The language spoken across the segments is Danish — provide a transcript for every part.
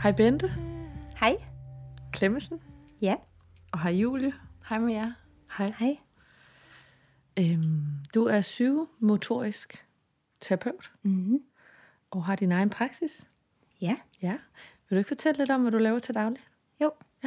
Hej Bente. Hej. Clemmesen. Ja. Og hej Julie. Hej med jer. Hej. Hej. Du er psykomotorisk terapeut og har din egen praksis. Ja. Ja. Vil du ikke fortælle lidt om, hvad du laver til daglig? Jo. Ja.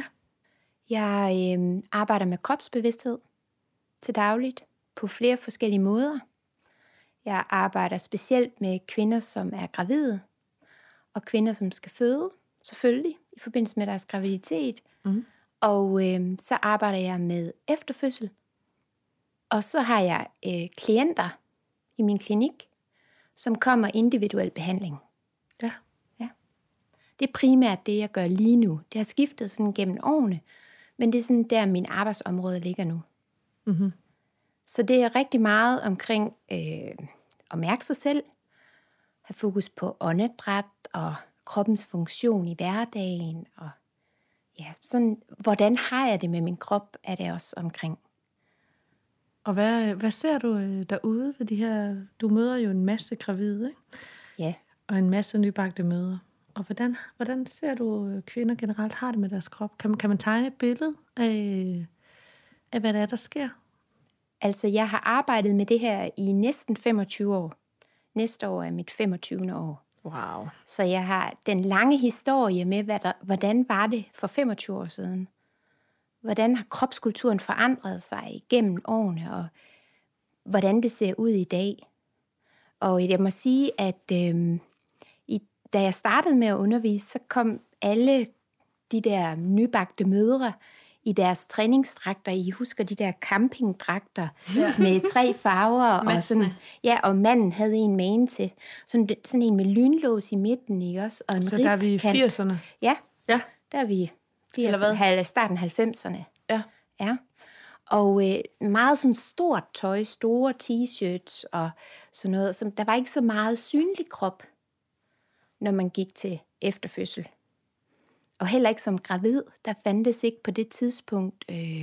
Jeg arbejder med kropsbevidsthed til dagligt på flere forskellige måder. Jeg arbejder specielt med kvinder, som er gravide, og kvinder, som skal føde, selvfølgelig, i forbindelse med deres graviditet. Og så arbejder jeg med efterfødsel. Og så har jeg klienter i min klinik, som kommer individuel behandling. Ja. Det er primært det, jeg gør lige nu. Det har skiftet sådan gennem årene, men det er sådan der, min arbejdsområde ligger nu. Mm-hmm. Så det er rigtig meget omkring at mærke sig selv, have fokus på åndedræt og kroppens funktion i hverdagen, og ja, sådan, hvordan har jeg det med min krop, er det også omkring. Og hvad ser du derude ved de her... Du møder jo en masse gravide, ikke? Ja. Og en masse nybagte mødre. Og hvordan ser du kvinder generelt har det med deres krop? Kan man tegne et billede af hvad det er, der sker? Altså, jeg har arbejdet med det her i næsten 25 år. Næste år er mit 25. år. Wow. Så jeg har den lange historie med, hvordan var det for 25 år siden. Hvordan har kropskulturen forandret sig igennem årene, og hvordan det ser ud i dag. Og jeg må sige, at da jeg startede med at undervise, så kom alle de der nybagte mødre i deres træningsdragter. I husker de der campingdragter med 3 farver. Og, sådan, ja, og manden havde en med en til. Sådan en med lynlås i midten, ikke også? Og en så der er vi i 80'erne? Ja, Ja. Der er vi i 80'erne, starten af 90'erne. Ja. Ja. Og meget sådan stort tøj, store t-shirts og sådan noget. Så der var ikke så meget synlig krop, når man gik til efterfødsel. Og heller ikke som gravid, der fandtes ikke på det tidspunkt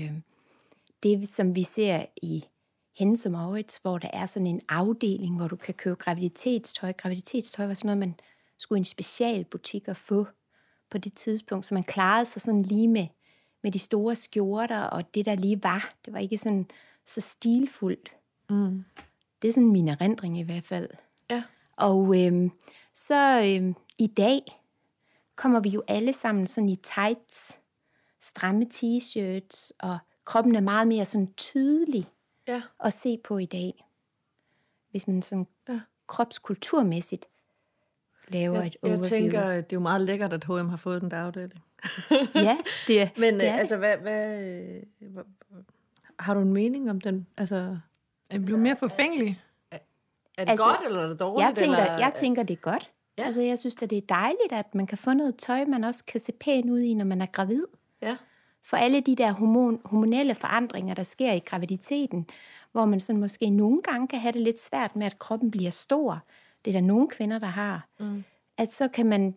det, som vi ser i Hennes & Mauritz, hvor der er sådan en afdeling, hvor du kan købe graviditetstøj. Graviditetstøj var sådan noget, man skulle i en specialbutik at få på det tidspunkt, så man klarede sig sådan lige med de store skjorter, og det der lige var, det var ikke sådan så stilfuldt. Det er sådan min erindring i hvert fald. Ja. Og så i dag kommer vi jo alle sammen sådan i tights, stramme t-shirts, og kroppen er meget mere sådan tydelig at se på i dag. Hvis man sådan kropskulturmæssigt laver et overview. Jeg tænker, det er jo meget lækkert, at H&M har fået den der afdeling. Ja, det er. Men det er altså, hvad har du en mening om den? Altså, Det bliver mere forfængelig. er det godt, eller er det dårligt? Jeg tænker, det er godt. Ja. Altså, jeg synes, at det er dejligt, at man kan få noget tøj, man også kan se pæn ud i, når man er gravid. Ja. For alle de der hormonelle forandringer, der sker i graviditeten, hvor man sådan måske nogle gange kan have det lidt svært med, at kroppen bliver stor. Det er der nogle kvinder, der har. At så kan man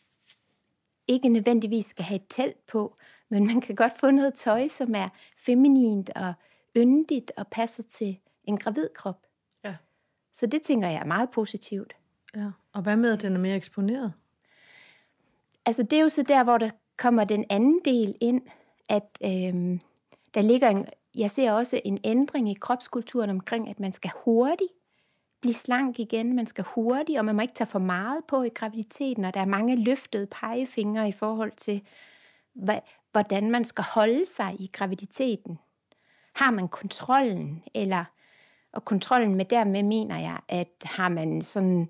ikke nødvendigvis skal have et telt på, men man kan godt få noget tøj, som er feminint og yndigt og passer til en gravid krop. Ja. Så det tænker jeg er meget positivt. Ja. Og hvad med, at den er mere eksponeret? Altså det er jo så der, hvor der kommer den anden del ind, at der ligger jeg ser også en ændring i kropskulturen omkring, at man skal hurtigt blive slank igen, man skal hurtigt, og man må ikke tage for meget på i graviditeten, og der er mange løftede pegefingre i forhold til, hvordan man skal holde sig i graviditeten. Har man kontrollen, og kontrollen med dermed mener jeg, at har man sådan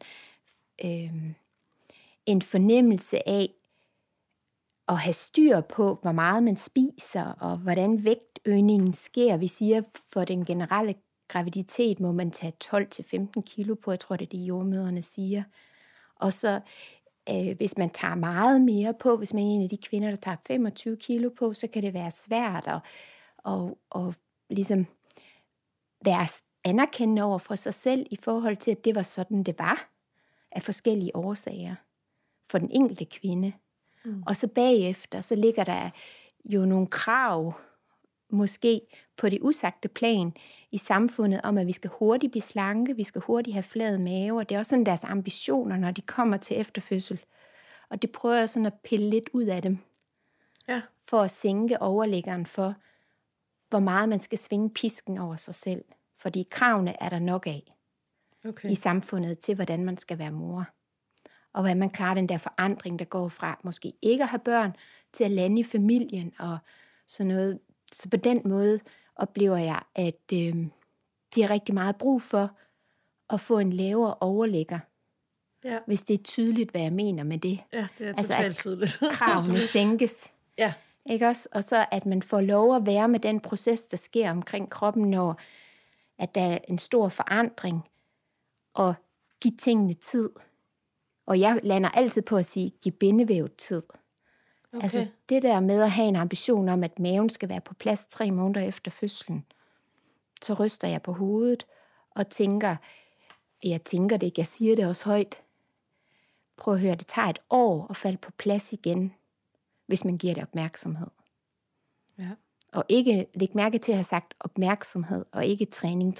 en fornemmelse af at have styr på, hvor meget man spiser, og hvordan vægtøgningen sker. Vi siger, for den generelle graviditet må man tage 12-15 kilo på, jeg tror, det er det, jordmødrene siger. Og så hvis man tager meget mere på, hvis man er en af de kvinder, der tager 25 kilo på, så kan det være svært at ligesom være anerkendende over for sig selv i forhold til, at det var sådan, det var af forskellige årsager for den enkelte kvinde. Og så bagefter, så ligger der jo nogle krav, måske på det usagte plan i samfundet, om at vi skal hurtigt blive slanke, vi skal hurtigt have flad mave, og det er også sådan deres ambitioner, når de kommer til efterfødsel. Og det prøver jeg sådan at pille lidt ud af dem, Ja. for at sænke overliggeren for, hvor meget man skal svinge pisken over sig selv. Fordi kravene er der nok af i samfundet til, hvordan man skal være mor. Og hvordan man klarer den der forandring, der går fra måske ikke at have børn, til at lande i familien og sådan noget. Så på den måde oplever jeg, at de har rigtig meget brug for at få en lavere overligger. Ja. Hvis det er tydeligt, hvad jeg mener med det. Ja, det er totalt tydeligt. Kravene sænkes. Ja. Ikke også? Og så at man får lov at være med den proces, der sker omkring kroppen, når at der er en stor forandring, og give tingene tid. Og jeg lander altid på at sige, giv bindevævet tid. Okay. Altså det der med at have en ambition om, at maven skal være på plads 3 måneder efter fødslen, så ryster jeg på hovedet og tænker, jeg siger det også højt. Prøv at høre, det tager et år at falde på plads igen, hvis man giver det opmærksomhed. Ja. Og ikke læg mærke til at have sagt opmærksomhed, og ikke træning.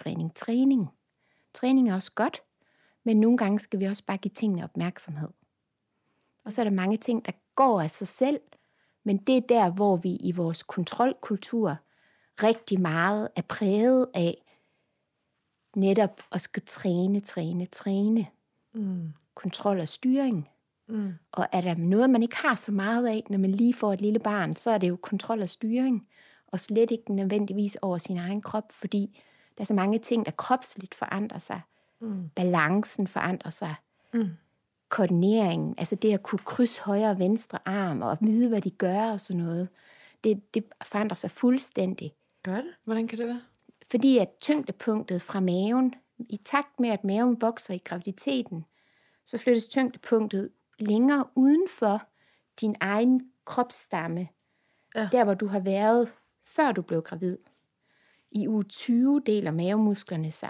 Træning er også godt, men nogle gange skal vi også bare give tingene opmærksomhed. Og så er der mange ting, der går af sig selv, men det er der, hvor vi i vores kontrolkultur rigtig meget er præget af netop at skulle træne. Kontrol og styring. Og er der noget, man ikke har så meget af, når man lige får et lille barn, så er det jo kontrol og styring, og slet ikke nødvendigvis over sin egen krop, fordi der er så mange ting, der kropsligt forandrer sig. Balancen forandrer sig. Koordineringen, altså det at kunne krydse højre og venstre arm, og vide, hvad de gør og sådan noget, det forandrer sig fuldstændig. Gør det? Hvordan kan det være? Fordi at tyngdepunktet fra maven, i takt med at maven vokser i graviditeten, så flyttes tyngdepunktet længere uden for din egen kropsstamme. Ja. Der, hvor du har været, før du blev gravid. I uge 20 deler mavemusklerne sig.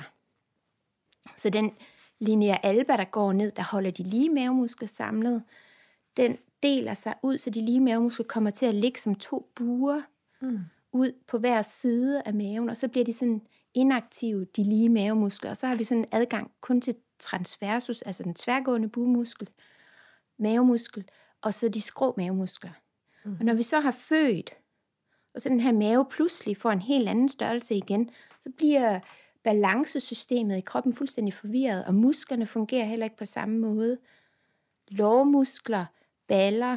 Så den linea alba, der går ned, der holder de lige mavemuskler samlet, den deler sig ud, så de lige mavemuskler kommer til at ligge som 2 buer ud på hver side af maven, og så bliver de sådan inaktive, de lige mavemuskler, og så har vi sådan en adgang kun til transversus, altså den tværgående buemuskel, mavemuskel, og så de skrå mavemuskler. Og når vi så har født, og så den her mave pludselig får en helt anden størrelse igen, så bliver balancesystemet i kroppen fuldstændig forvirret, og musklerne fungerer heller ikke på samme måde. Lårmuskler, baller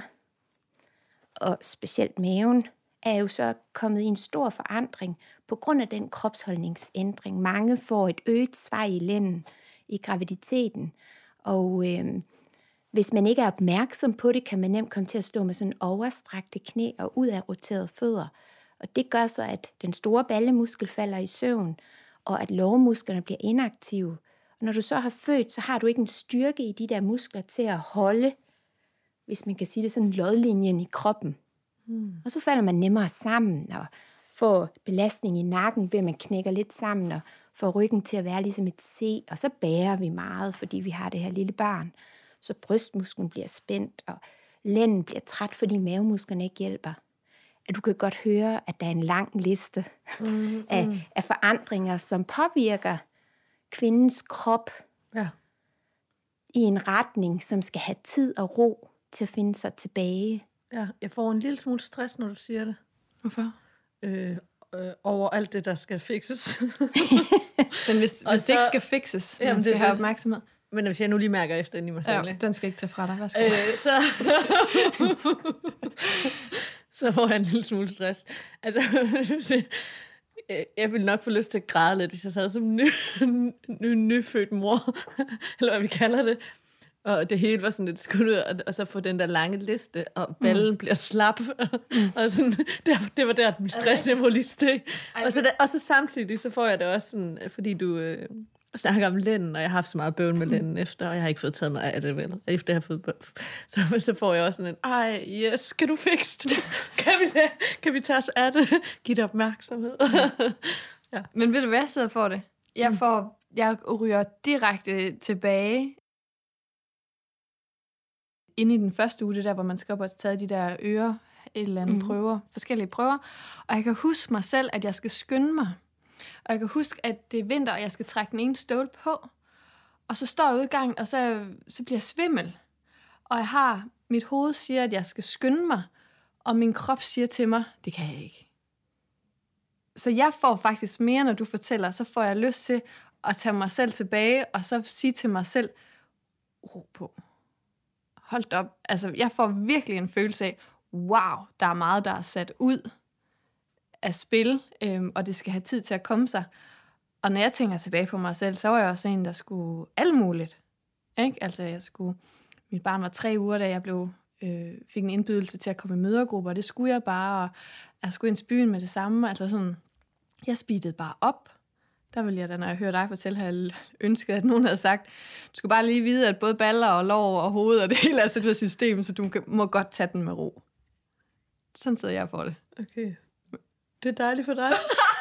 og specielt maven er jo så kommet i en stor forandring på grund af den kropsholdningsændring. Mange får et øget svej i lænden i graviditeten, og hvis man ikke er opmærksom på det, kan man nemt komme til at stå med sådan overstrakte knæ og udadroterede fødder. Og det gør så, at den store ballemuskel falder i søvn, og at lårmusklerne bliver inaktive. Og når du så har født, så har du ikke en styrke i de der muskler til at holde, hvis man kan sige det, sådan lodlinjen i kroppen. Og så falder man nemmere sammen og får belastning i nakken, ved at man knækker lidt sammen og får ryggen til at være ligesom et C. Og så bærer vi meget, fordi vi har det her lille barn. Så brystmusklen bliver spændt, og lænden bliver træt, fordi mavemusklerne ikke hjælper. At du kan godt høre, at der er en lang liste af forandringer, som påvirker kvindens krop i en retning, som skal have tid og ro til at finde sig tilbage. Ja, jeg får en lille smule stress, når du siger det. Hvorfor? Over alt det, der skal fikses. Men hvis det ikke skal fikses, man skal have opmærksomhed. Men hvis jeg nu lige mærker efter ind i mig selv. Ja, den skal ikke tage fra dig. Værsgo. Så får jeg en lille smule stress. Altså, jeg ville nok få lyst til at græde lidt, hvis jeg sad som nyfødt mor, eller hvad vi kalder det. Og det hele var sådan lidt skuddet, og så få den der lange liste, og ballen bliver slap. Og sådan, det var der, min stressniveau lige steg. Og så samtidig, så får jeg det også sådan, fordi du snakker om lænden, og jeg har haft så meget bøvn med lænden efter, og jeg har ikke fået taget mig af det vel. Efter jeg har fået så får jeg også sådan en, yes, kan du fikse det? Kan vi tage os af det? Giv det opmærksomhed. Ja. Men ved du hvad, jeg sidder for det? Jeg ryger direkte tilbage inde i den første uge, det der, hvor man skal op og tage de der et eller andet prøver, forskellige prøver. Og jeg kan huske mig selv, at jeg skal skynde mig. Og jeg kan huske, at det er vinter, og jeg skal trække den ene støvle på. Og så står jeg ude i gang, og så bliver jeg svimmel. Og jeg har mit hoved siger, at jeg skal skynde mig, og min krop siger til mig, det kan jeg ikke. Så jeg får faktisk mere, når du fortæller, så får jeg lyst til at tage mig selv tilbage, og så sige til mig selv, ro på. Hold op. Altså, jeg får virkelig en følelse af, wow, der er meget, der er sat ud af spil, og det skal have tid til at komme sig. Og når jeg tænker tilbage på mig selv, så var jeg også en, der skulle alt muligt. Ikke? Altså, mit barn var 3 uger, da jeg fik en indbydelse til at komme i mødergrupper, og det skulle jeg bare, og jeg skulle ind til byen med det samme. Altså sådan, jeg speedede bare op. Der ville jeg da, når jeg hørte dig fortælle, have ønsket, at nogen havde sagt, du skal bare lige vide, at både baller og lår og hoved og det hele er sat ud af systemet, så du må godt tage den med ro. Sådan sidder jeg for det. Okay. Det er dejligt for dig.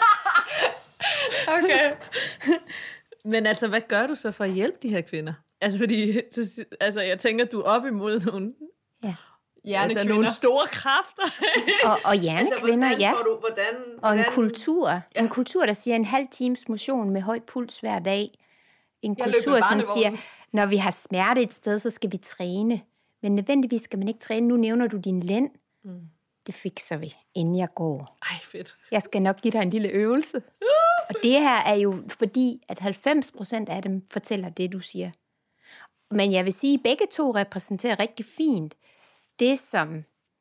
Okay. Men altså, hvad gør du så for at hjælpe de her kvinder? Altså, fordi jeg tænker, du er op imod nogle... Altså nogle store kræfter. og hjernekvinder, altså, og en kultur. Ja. En kultur, der siger en halv times motion med høj puls hver dag. En kultur, som siger, når vi har smerte et sted, så skal vi træne. Men nødvendigvis skal man ikke træne. Nu nævner du din lænd. Det fikser vi, inden jeg går. Ej, fedt. Jeg skal nok give dig en lille øvelse. Og det her er jo fordi, at 90% af dem fortæller det, du siger. Men jeg vil sige, at begge to repræsenterer rigtig fint det, som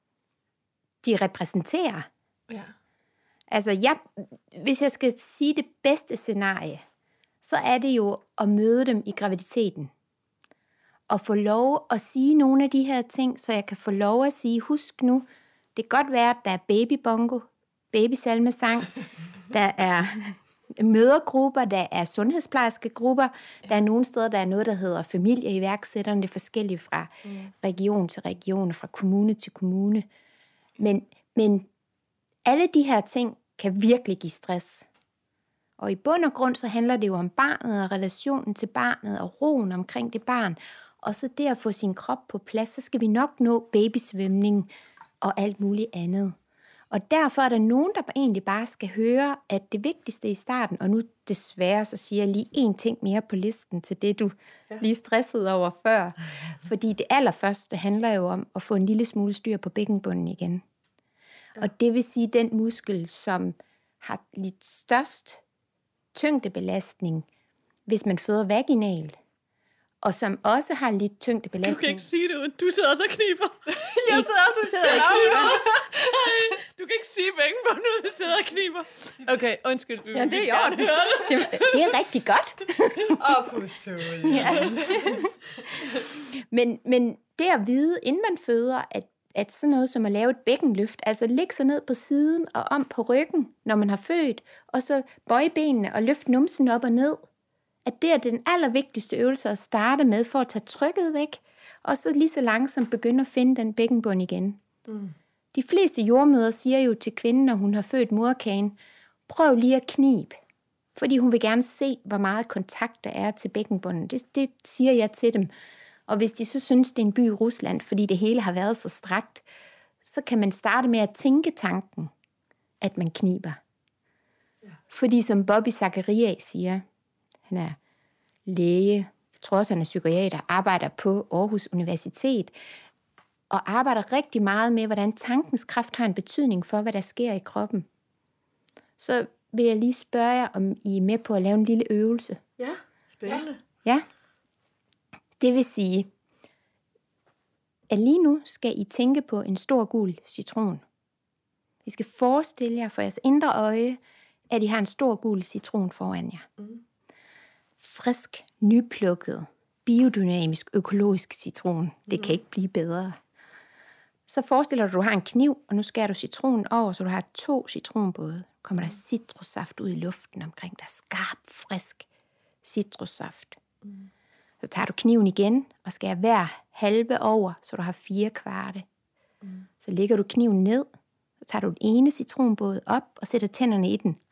de repræsenterer. Ja. Altså, hvis jeg skal sige det bedste scenarie, så er det jo at møde dem i graviditeten. Og få lov at sige nogle af de her ting, så jeg kan få lov at sige, husk nu, det kan godt være, at der er babybongo, babysalmesang, der er mødergrupper, der er sundhedsplejerskegrupper, der er nogle steder, der er noget, der hedder familieiværksætterne, det er forskelligt fra region til region, fra kommune til kommune. Men alle de her ting kan virkelig give stress. Og i bund og grund, så handler det jo om barnet og relationen til barnet og roen omkring det barn. Og så det at få sin krop på plads, så skal vi nok nå babysvømning og alt muligt andet. Og derfor er der nogen, der egentlig bare skal høre, at det vigtigste i starten, og nu desværre så siger jeg lige en ting mere på listen til det, du lige stressede over før. Fordi det allerførste handler jo om at få en lille smule styr på bækkenbunden igen. Og det vil sige den muskel, som har lidt størst tyngdebelastning, hvis man føder vaginalt, og som også har lidt tyngdebelastning. Du kan ikke sige det, du sidder også og kniber. Jeg sidder også og kniber. Du kan ikke sige begge på, når du sidder og kniber. Okay, undskyld. Ja, det er jo det er rigtig godt. Og pust ud. Ja. Men det at vide, inden man føder, at sådan noget som at lave et bækkenløft, altså lægge sig ned på siden og om på ryggen, når man har født, og så bøje benene og løfte numsen op og ned, at det er den allervigtigste øvelse at starte med for at tage trykket væk, og så lige så langsomt begynde at finde den bækkenbund igen. De fleste jordmødre siger jo til kvinden, når hun har født moderkagen, prøv lige at knibe, fordi hun vil gerne se, hvor meget kontakt der er til bækkenbunden. Det siger jeg til dem. Og hvis de så synes, det er en by i Rusland, fordi det hele har været så strakt, så kan man starte med at tænke tanken, at man kniber. Ja. Fordi som Bobby Zacharias siger, han er læge, jeg tror også, han er psykiater, arbejder på Aarhus Universitet, og arbejder rigtig meget med, hvordan tankens kraft har en betydning for, hvad der sker i kroppen. Så vil jeg lige spørge jer, om I er med på at lave en lille øvelse. Ja, spændende. Ja. Det vil sige, at lige nu skal I tænke på en stor gul citron. I skal forestille jer for jeres indre øje, at I har en stor gul citron foran jer. Frisk, nyplukket, biodynamisk, økologisk citron. Det kan ikke blive bedre. Så forestil dig, at du har en kniv, og nu skærer du citronen over, så du har 2 citronbåde. Kommer der citrussaft ud i luften omkring dig. Skarp, frisk citrussaft. Så tager du kniven igen og skærer hver halve over, så du har 4 kvarte. Så lægger du kniven ned, så tager du den ene citronbåd op og sætter tænderne i den.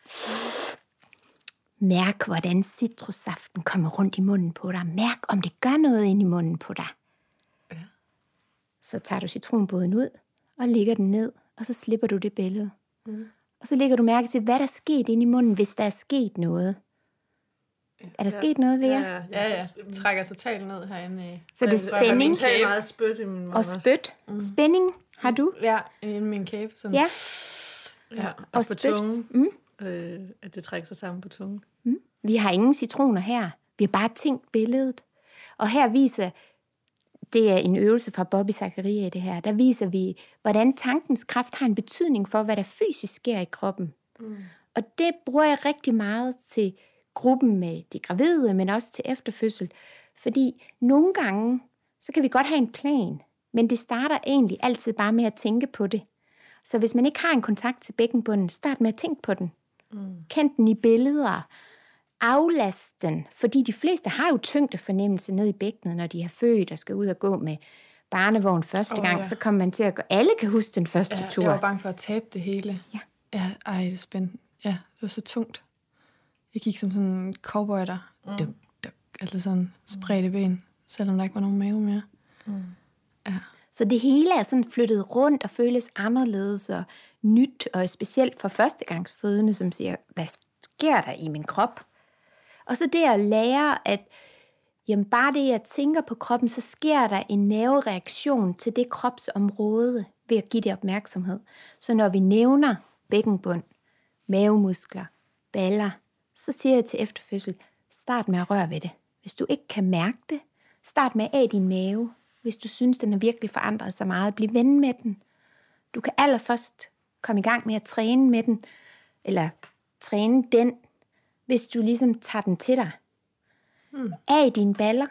Mærk, hvordan citrussaften kommer rundt i munden på dig. Mærk, om det gør noget ind i munden på dig. Ja. Så tager du citronbåden ud og lægger den ned, og så slipper du det billede. Og så lægger du mærke til, hvad der er sket inde i munden, hvis der er sket noget. Er der sket noget ved jer? Ja. Trækker totalt ned herinde. Så det er spænding Totalt meget spyt i min mund og spyt. Spænding har du? Ja, i min kæbe. Sådan. Ja. Ja, Og og på spyt. tungen. At det trækker sig sammen på tungen. Vi har ingen citroner her. Vi har bare tænkt billedet. Og her viser, det er en øvelse fra Bobby Zachariae det her, der viser vi, hvordan tankens kraft har en betydning for, hvad der fysisk sker i kroppen. Og det bruger jeg rigtig meget til gruppen med de gravide, men også til efterfødsel. Fordi nogle gange, så kan vi godt have en plan, men det starter egentlig altid bare med at tænke på det. Så hvis man ikke har en kontakt til bækkenbunden, start med at tænke på den. Kend den i billeder. Aflast den, fordi de fleste har jo tyngdefornemmelse ned i bækkenet, når de er født og skal ud og gå med barnevogn første gang, så kommer man til at gå. Alle kan huske den første tur. Jeg var bange for at tabe det hele. Ja. Ej, det er spændende. Ja, det var så tungt. Jeg gik som sådan en cowboy der. Altså sådan spredte ben, selvom der ikke var nogen mave mere. Ja. Så det hele er sådan flyttet rundt og føles anderledes og nyt, og specielt for førstegangsfødende, som siger, hvad sker der i min krop? Og så det at lære, at jamen bare det, jeg tænker på kroppen, så sker der en nervereaktion til det kropsområde ved at give det opmærksomhed. Så når vi nævner bækkenbund, mavemuskler, baller, så siger jeg til efterfødsel, start med at røre ved det. Hvis du ikke kan mærke det, start med af din mave. Hvis du synes, den har virkelig forandret sig meget, bliv ven med den. Du kan allerførst komme i gang med at træne med den, eller træne den, hvis du ligesom tager den til dig. Af dine baller.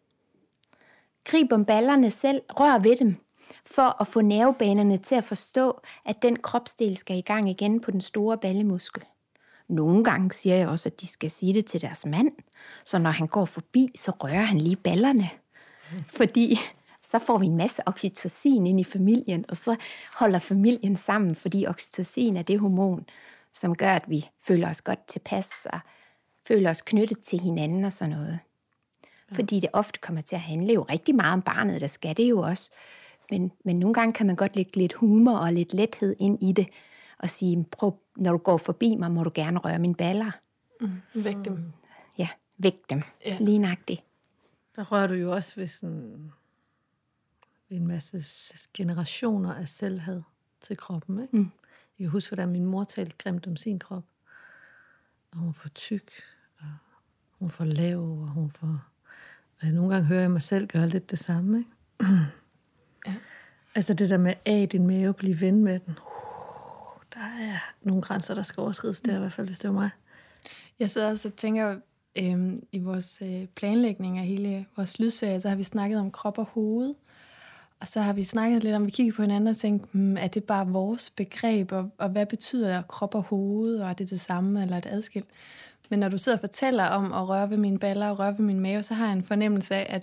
Grib om ballerne selv, rør ved dem, for at få nervebanerne til at forstå, at den kropsdel skal i gang igen på den store ballemuskel. Nogle gange siger jeg også, at de skal sige det til deres mand, så når han går forbi, så rører han lige ballerne. Fordi så får vi en masse oxytocin ind i familien, og så holder familien sammen, fordi oxytocin er det hormon, som gør, at vi føler os godt tilpas og føler os knyttet til hinanden og sådan noget. Ja. Fordi det ofte kommer til at handle jo rigtig meget om barnet, der skal det jo også. Men nogle gange kan man godt lægge lidt humor og lidt lethed ind i det, og sige, prøv, når du går forbi mig, må du gerne røre mine baller. Væk dem. Ja, væk dem. Ja. Lige nøjagtigt. Der rører du jo også ved sådan en masse generationer af selvhad til kroppen, ikke? Jeg kan huske, hvordan min mor talte grimt om sin krop. Og hun var for tyk, og hun var for lav, og hun var for... Og nogle gange hører jeg mig selv gøre lidt det samme, ikke? Ja. Altså det der med af din mave, blive ven med den. Der er nogle grænser, der skal overskrides der, i hvert fald, hvis det var mig. Jeg sidder også og tænker, i vores planlægning af hele vores lydserie, så har vi snakket om krop og hoved. Og så har vi snakket lidt om, vi kiggede på hinanden og tænkte, er det bare vores begreb, og hvad betyder krop og hoved, og er det det samme eller et adskilt? Men når du sidder og fortæller om at røre ved mine baller og røre ved min mave, så har jeg en fornemmelse af,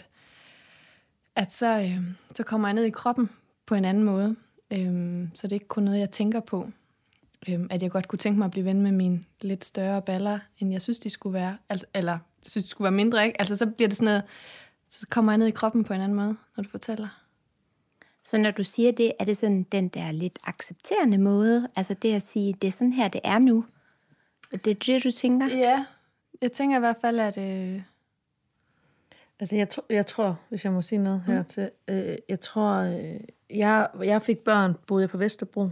at så kommer jeg ned i kroppen på en anden måde. Så det er ikke kun noget, jeg tænker på. At jeg godt kunne tænke mig at blive ven med mine lidt større baller, end jeg synes, de skulle være. Eller jeg synes, de skulle være mindre, ikke? Altså så bliver det sådan noget, så kommer jeg ned i kroppen på en anden måde, når du fortæller. Så når du siger det, er det sådan den der lidt accepterende måde? Altså det at sige, det er sådan her, det er nu? Det er det, du tænker? Ja, jeg tænker i hvert fald, at... Altså jeg tror, hvis jeg må sige noget her til, jeg tror, jeg fik børn, boede jeg på Vesterbro,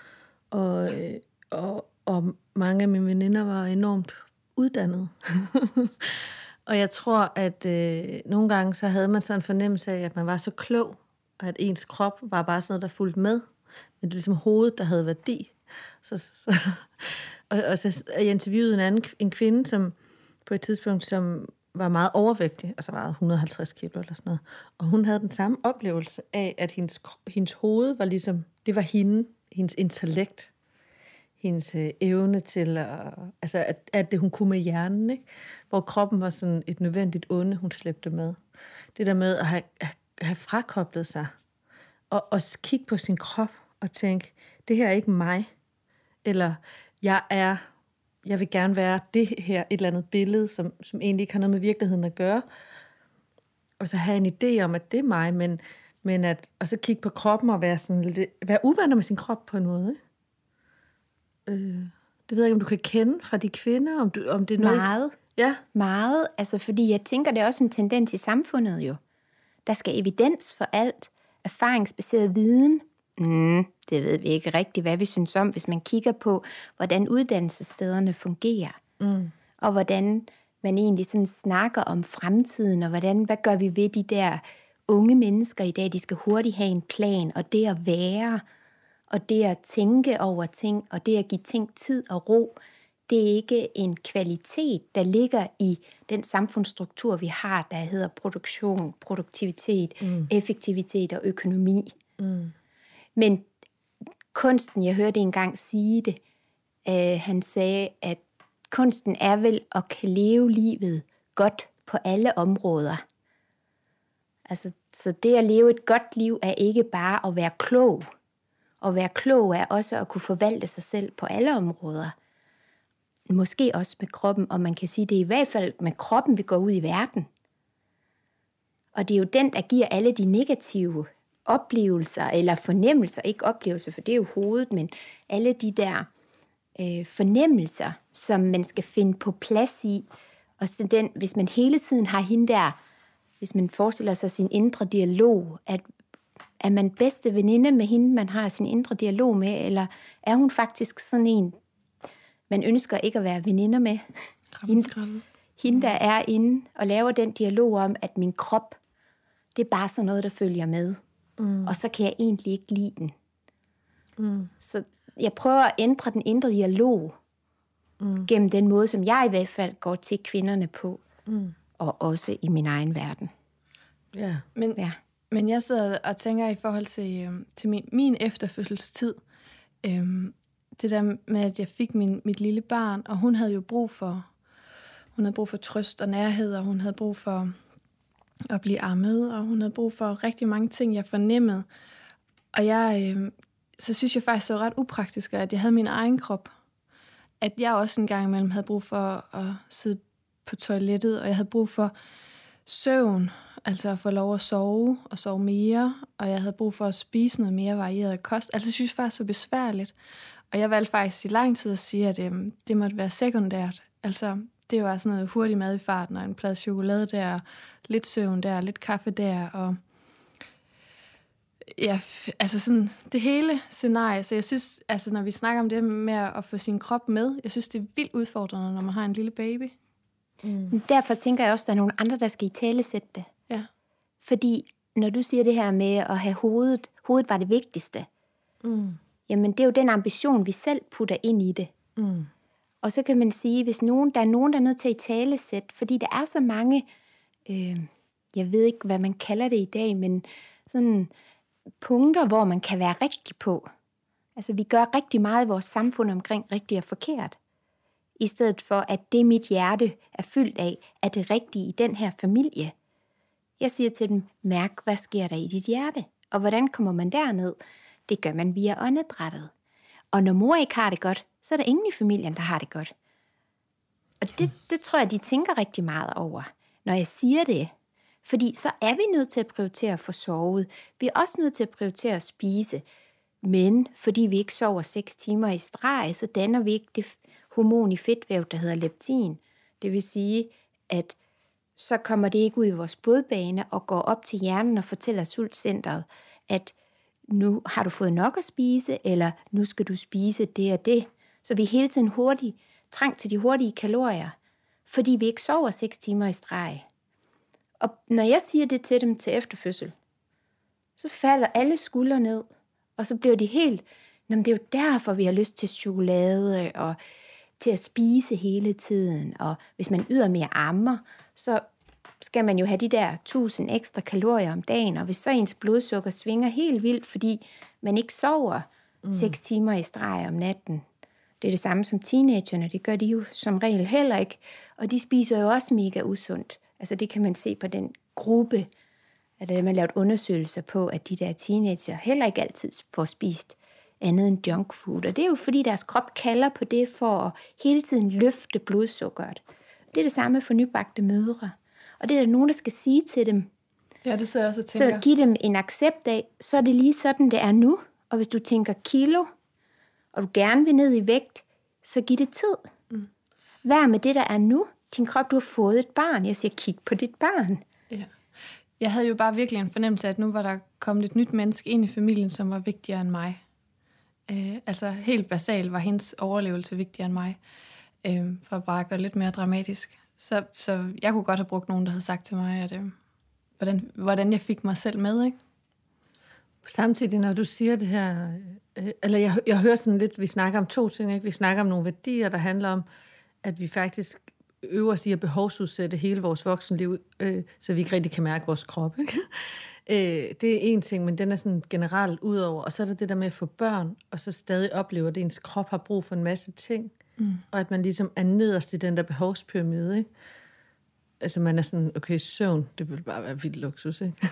og mange af mine veninder var enormt uddannede. Og jeg tror, at nogle gange så havde man sådan en fornemmelse af, at man var så klog, og at ens krop var bare sådan noget, der fulgte med. Men det var ligesom hovedet, der havde værdi. Og så jeg interviewede en kvinde, som på et tidspunkt, som var meget overvægtig, altså var 150 kilo eller sådan noget. Og hun havde den samme oplevelse af, at hendes hoved var ligesom, det var hendes intellekt, hendes evne til at det hun kunne med hjernen, ikke? Hvor kroppen var sådan et nødvendigt onde, hun slæbte med. Det der med at have frakoblet sig, og kigge på sin krop og tænke, det her er ikke mig, eller jeg vil gerne være det her, et eller andet billede, som egentlig ikke har noget med virkeligheden at gøre, og så have en idé om, at det er mig, men og så kigge på kroppen og være uvenner med sin krop på en måde, ikke? Det ved jeg ikke, om du kan kende fra de kvinder, om det er noget... Meget. Ja. Meget. Altså, fordi jeg tænker, det er også en tendens i samfundet jo. Der skal evidens for alt. Erfaringsbaseret viden. Det ved vi ikke rigtigt, hvad vi synes om, hvis man kigger på, hvordan uddannelsesstederne fungerer. Og hvordan man egentlig sådan snakker om fremtiden, og hvad gør vi ved de der unge mennesker i dag? De skal hurtigt have en plan, og det at være, og det at tænke over ting, og det at give ting tid og ro, det er ikke en kvalitet, der ligger i den samfundsstruktur, vi har, der hedder produktion, produktivitet, effektivitet og økonomi. Men kunsten, jeg hørte engang sige det, han sagde, at kunsten er vel at kan leve livet godt på alle områder. Altså, så det at leve et godt liv er ikke bare at være klog. At være klog er også at kunne forvalte sig selv på alle områder. Måske også med kroppen, og man kan sige, det er i hvert fald med kroppen, vi går ud i verden. Og det er jo den, der giver alle de negative oplevelser, eller fornemmelser, ikke oplevelser, for det er jo hovedet, men alle de der fornemmelser, som man skal finde på plads i. Og så den, hvis man hele tiden har hende der, hvis man forestiller sig sin indre dialog, at er man bedste veninde med hende, man har sin indre dialog med, eller er hun faktisk sådan en, man ønsker ikke at være veninder med? Hende, der er inde og laver den dialog om, at min krop, det er bare sådan noget, der følger med. Og så kan jeg egentlig ikke lide den. Så jeg prøver at ændre den indre dialog gennem den måde, som jeg i hvert fald går til kvinderne på, og også i min egen verden. Ja. Men jeg sidder og tænker i forhold til min efterfødselstid, det der med, at jeg fik mit lille barn, og hun havde jo brug for trøst og nærhed, og hun havde brug for at blive ammet, og hun havde brug for rigtig mange ting, jeg fornemmede. Og så synes jeg faktisk, det var ret upraktisk, at jeg havde min egen krop. At jeg også en gang imellem havde brug for at sidde på toilettet, og jeg havde brug for søvn, altså at få lov at sove og sove mere, og jeg havde brug for at spise noget mere varieret kost. Altså jeg synes faktisk, det var besværligt. Og jeg valgte faktisk i lang tid at sige, at det måtte være sekundært. Altså det var sådan noget hurtig mad i farten, og en plade chokolade der, lidt søvn der, lidt kaffe der, og ja, altså sådan det hele scenarie. Så jeg synes, altså når vi snakker om det med at få sin krop med, jeg synes, det er vildt udfordrende, når man har en lille baby. Derfor tænker jeg også, at der er nogle andre, der skal italesætte det. Ja. Fordi når du siger det her med at have hovedet var det vigtigste, jamen det er jo den ambition, vi selv putter ind i det. Og så kan man sige, hvis der er nogen, der er nødt til at italesætte, fordi der er så mange, jeg ved ikke, hvad man kalder det i dag, men sådan punkter, hvor man kan være rigtig på. Altså vi gør rigtig meget i vores samfund omkring rigtigt og forkert. I stedet for, at det mit hjerte er fyldt af, er det rigtige i den her familie. Jeg siger til dem, mærk, hvad sker der i dit hjerte? Og hvordan kommer man derned? Det gør man via åndedrættet. Og når mor ikke har det godt, så er der ingen i familien, der har det godt. Og det tror jeg, de tænker rigtig meget over, når jeg siger det. Fordi så er vi nødt til at prioritere at få sovet. Vi er også nødt til at prioritere at spise. Men fordi vi ikke sover 6 timer i streg, så danner vi ikke det hormon i fedtvæv, der hedder leptin. Det vil sige, at så kommer det ikke ud i vores blodbane og går op til hjernen og fortæller sultcentret, at nu har du fået nok at spise, eller nu skal du spise det og det. Så vi er hele tiden trang til de hurtige kalorier, fordi vi ikke sover 6 timer i streg. Og når jeg siger det til dem til efterfødsel, så falder alle skuldre ned, og så bliver de helt, det er jo derfor, vi har lyst til chokolade og til at spise hele tiden. Og hvis man ydermere ammer, så skal man jo have de der 1000 ekstra kalorier om dagen, og hvis så ens blodsukker svinger helt vildt, fordi man ikke sover 6 timer i streg om natten. Det er det samme som teenagerne, det gør de jo som regel heller ikke, og de spiser jo også mega usundt. Altså det kan man se på den gruppe, at man har lavet undersøgelser på, at de der teenager heller ikke altid får spist andet end junk food, og det er jo fordi deres krop kalder på det for at hele tiden løfte blodsukkeret. Det er det samme for nybagte mødre. Og det er der nogen, der skal sige til dem. Ja, det sidder jeg også og tænker. Så giv dem en accept af, så er det lige sådan, det er nu. Og hvis du tænker kilo, og du gerne vil ned i vægt, så giv det tid. Vær med det, der er nu. din krop, du har fået et barn. Jeg siger, kig på dit barn. Ja. Jeg havde jo bare virkelig en fornemmelse af, at nu var der kommet et nyt menneske ind i familien, som var vigtigere end mig. Altså helt basalt var hendes overlevelse vigtigere end mig. For at bare gøre lidt mere dramatisk. Så jeg kunne godt have brugt nogen, der havde sagt til mig, at, hvordan jeg fik mig selv med, ikke? Samtidig, når du siger det her, eller jeg hører sådan lidt, vi snakker om 2 ting, ikke? Vi snakker om nogle værdier, der handler om, at vi faktisk øver os i at behovsudsætte hele vores voksenliv, så vi ikke rigtig kan mærke vores krop, ikke? Det er en ting, men den er sådan generelt udover. Og så er der det der med at få børn, og så stadig opleve, at ens krop har brug for en masse ting, og at man ligesom er nederst i den der behovspyramide, ikke? Altså man er sådan, okay, søvn, det vil bare være vildt luksus, ikke?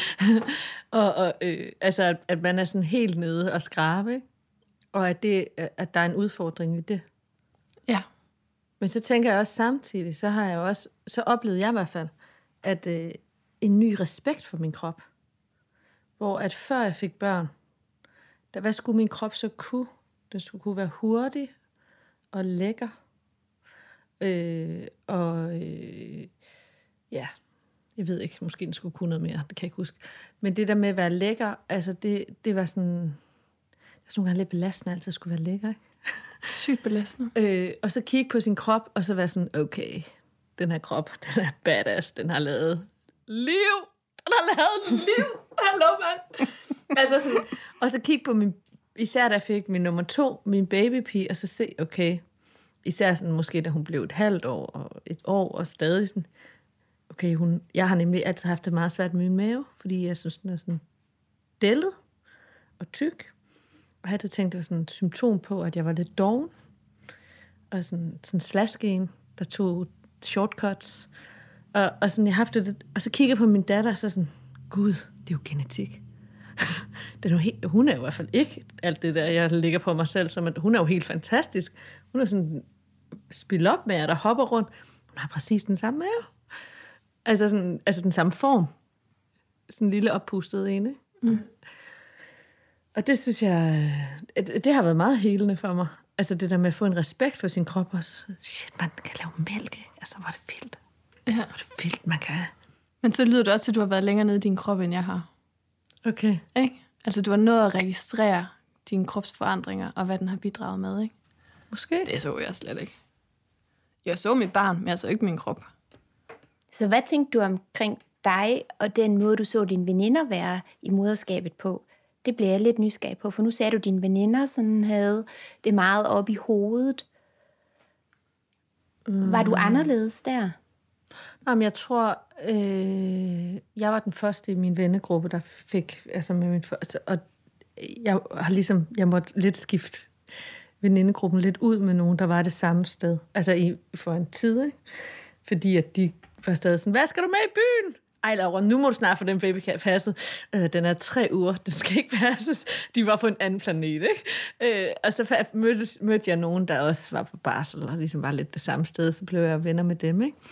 Altså at man er sådan helt nede og skrabe, ikke? Og at der er en udfordring i det. Ja. Men så tænker jeg også samtidig, så oplevede jeg i hvert fald, at en ny respekt for min krop. Hvor at før jeg fik børn, hvad skulle min krop så kunne? Den skulle kunne være hurtig og lækker. Ja, jeg ved ikke, måske den skulle kunne noget mere, det kan jeg ikke huske. Men det der med at være lækker, altså det var sådan, det var sådan nogle gange lidt belastende, altid skulle være lækker, ikke? Sygt belastende. Og så kigge på sin krop, og så være sådan, okay, den her krop, den er badass, den har lavet liv. Den har lavet liv. Hallo, mand. Altså sådan, og så kigge på især da jeg fik min nummer 2, min babypige, og så se, okay, især sådan måske da hun blev et halvt år og et år, og stadig sådan, okay, jeg har nemlig altid haft det meget svært med min mave, fordi jeg synes, den er sådan dællet og tyk. Og jeg havde tænkt, det var sådan et symptom på, at jeg var lidt doven. Og sådan slaskeen, der tog shortcuts. Og sådan, jeg haft det, og så kiggede på min datter, og så sådan, gud, det er jo genetik. Hun er jo i hvert fald ikke alt det der, jeg ligger på mig selv, som at hun er jo helt fantastisk. Hun er sådan spil op med, der hopper rundt. Hun har præcis den samme mave. Altså den samme form. Sådan en lille oppustet ene. Mm. Og det synes jeg, det har været meget helende for mig. Altså det der med at få en respekt for sin krop også. Shit, man kan lave mælk, ikke? Altså, hvor er det vildt. Ja. Hvor er det vildt, man kan. Men så lyder det også, at du har været længere nede i din krop, end jeg har. Okay. Ikke? Altså, du har nået at registrere dine kropsforandringer, og hvad den har bidraget med, ikke? Måske. Det så jeg slet ikke. Jeg så mit barn, men jeg så ikke min krop. Så hvad tænkte du omkring dig, og den måde, du så dine veninder være i moderskabet på? Det blev jeg lidt nysgerrig på, for nu sagde du, at dine veninder sådan havde det meget op i hovedet. Var du anderledes der? Jamen, jeg tror, jeg var den første i min vennegruppe, der fik, altså med min første, og jeg måtte lidt skifte venindegruppen lidt ud med nogen, der var det samme sted. Altså for en tid, ikke? Fordi at de var stadig sådan, hvad skal du med i byen? Ej, Laura, nu må du snart få den babycat passet. Den er 3 uger, den skal ikke passes. De var på en anden planet, ikke? Og så mødte jeg nogen, der også var på barsel, og ligesom var lidt det samme sted, så blev jeg venner med dem, ikke?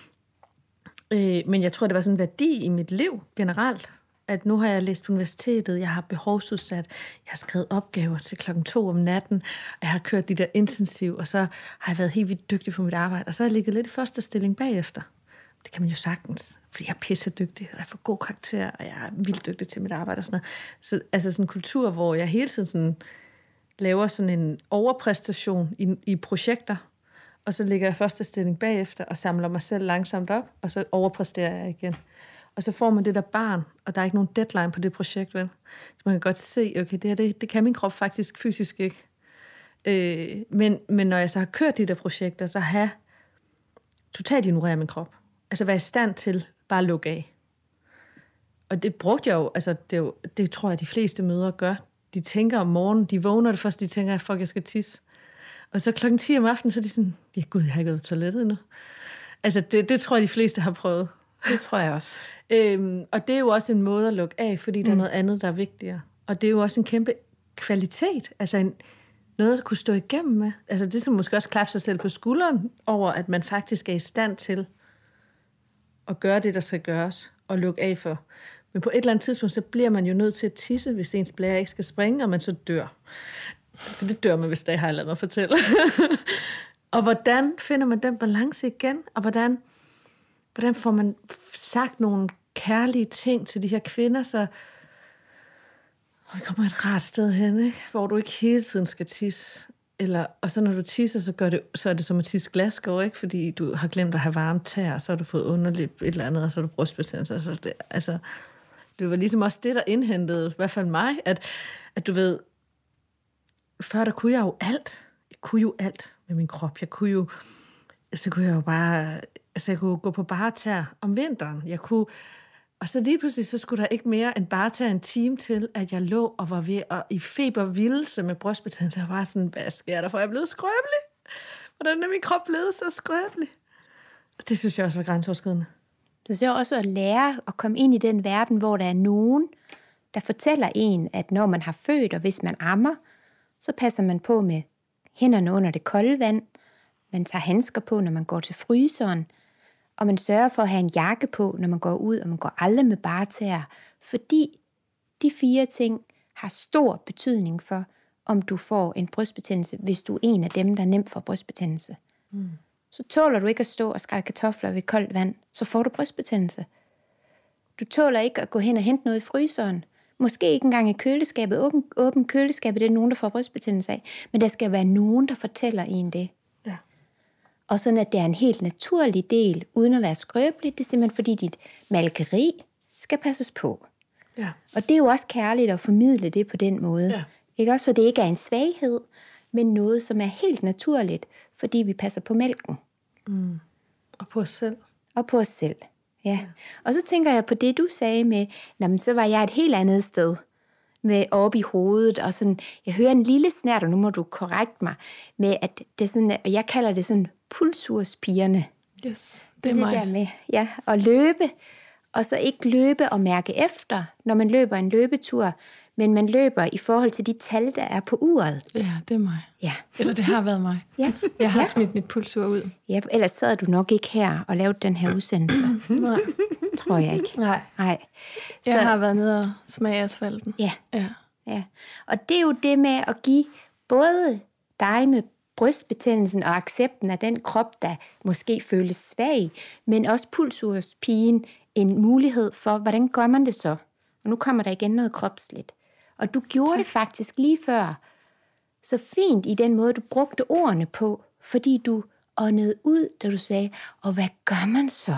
Men jeg tror, det var sådan en værdi i mit liv generelt, at nu har jeg læst på universitetet, jeg har behovsudsat, jeg har skrevet opgaver til 2:00 om natten, og jeg har kørt de der intensiv, og så har jeg været helt vildt dygtig på mit arbejde, og så har jeg ligget lidt i første stilling bagefter. Det kan man jo sagtens, fordi jeg er pissedygtig, og jeg får god karakter, og jeg er vildt dygtig til mit arbejde og sådan noget. Så altså sådan en kultur, hvor jeg hele tiden sådan laver sådan en overpræstation i projekter, og så ligger jeg i første stilling bagefter, og samler mig selv langsomt op, og så overpræsterer jeg igen. Og så får man det der barn, og der er ikke nogen deadline på det projekt, vel? Så man kan godt se, okay, det kan min krop faktisk fysisk ikke. Men når jeg så har kørt de der projekter, så har jeg totalt ignoreret min krop. Altså være i stand til bare at lukke af. Og det brugte jeg jo, altså det tror jeg, de fleste mødre gør. De tænker om morgenen, de vågner det først, de tænker, fuck, jeg skal tisse. Og så 10:00 om aftenen, så er de sådan, ja gud, jeg har ikke været på toilettet endnu. Altså det tror jeg, de fleste har prøvet. Det tror jeg også. Og det er jo også en måde at lukke af, fordi der er noget andet, der er vigtigere. Og det er jo også en kæmpe kvalitet, altså noget at kunne stå igennem med. Altså det som måske også klappe sig selv på skulderen over, at man faktisk er i stand til at gøre det, der skal gøres, og lukke af for. Men på et eller andet tidspunkt, så bliver man jo nødt til at tisse, hvis ens blære ikke skal springe, og man så dør. For det dør man, hvis der har jeg ladet mig fortælle. Og hvordan finder man den balance igen? Og hvordan får man sagt nogle kærlige ting til de her kvinder, så vi kommer et rart sted hen, ikke? Hvor du ikke hele tiden skal tisse. Og så når du tisser, så er det som at tisse glasgård, ikke? Fordi du har glemt at have varme tær, og så har du fået underlip et eller andet, og så har du brystbetændelse. Så det var ligesom også det, der indhentede, i hvert fald mig, at du ved, før der kunne jeg jo alt. Jeg kunne jo alt med min krop. Jeg kunne gå på bare tær om vinteren. Og så lige pludselig, så skulle der ikke mere end bare tage en time til, at jeg lå og var ved og i febervildelse med brystbetændelse. Jeg var sådan, hvad sker der, for jeg er blevet skrøbelig? Hvordan er min krop blevet så skrøbelig? Og det synes jeg også var grænseoverskridende. Så det er også at lære at komme ind i den verden, hvor der er nogen, der fortæller en, at når man har født, og hvis man ammer, så passer man på med hænderne under det kolde vand. Man tager handsker på, når man går til fryseren. Og man sørger for at have en jakke på, når man går ud, og man går aldrig med bare tæer. Fordi de 4 ting har stor betydning for, om du får en brystbetændelse, hvis du er en af dem, der er nemt for brystbetændelse. Så tåler du ikke at stå og skrælle kartofler ved koldt vand, så får du brystbetændelse. Du tåler ikke at gå hen og hente noget i fryseren. Måske ikke engang i køleskabet. Åben køleskabet, det er nogen, der får brystbetændelse af. Men der skal være nogen, der fortæller en det. Ja. Og sådan, at det er en helt naturlig del, uden at være skrøbeligt. Det er simpelthen, fordi dit malkeri skal passes på. Ja. Og det er jo også kærligt at formidle det på den måde. Ja. Ikke også, så det ikke er en svaghed, men noget, som er helt naturligt, fordi vi passer på mælken. Og på os selv. Og på os selv, ja. Og så tænker jeg på det, du sagde med, så var jeg et helt andet sted med oppe i hovedet, og sådan, jeg hører en lille snert, og nu må du korrekte mig, med at det er sådan, og jeg kalder det sådan pulsurspigerne. Yes, det er mig. Der med, ja, at løbe, og så ikke løbe og mærke efter, når man løber en løbetur, men man løber i forhold til de tal, der er på uret. Ja, det er mig. Ja. Eller det har været mig. Ja. Jeg har smidt mit pulsur ud. Ja, ellers sad du nok ikke her og lavede den her udsendelse. Nej. Tror jeg ikke. Nej. Jeg har været nede og smage asfalten. Ja. Ja. Ja. Og det er jo det med at give både dig med brystbetændelsen og accepten af den krop, der måske føles svag, men også pulsurspigen en mulighed for, hvordan gør man det så? Og nu kommer der igen noget kropsligt. Og du gjorde det faktisk lige før så fint i den måde, du brugte ordene på, fordi du åndede ud, da du sagde, og hvad gør man så?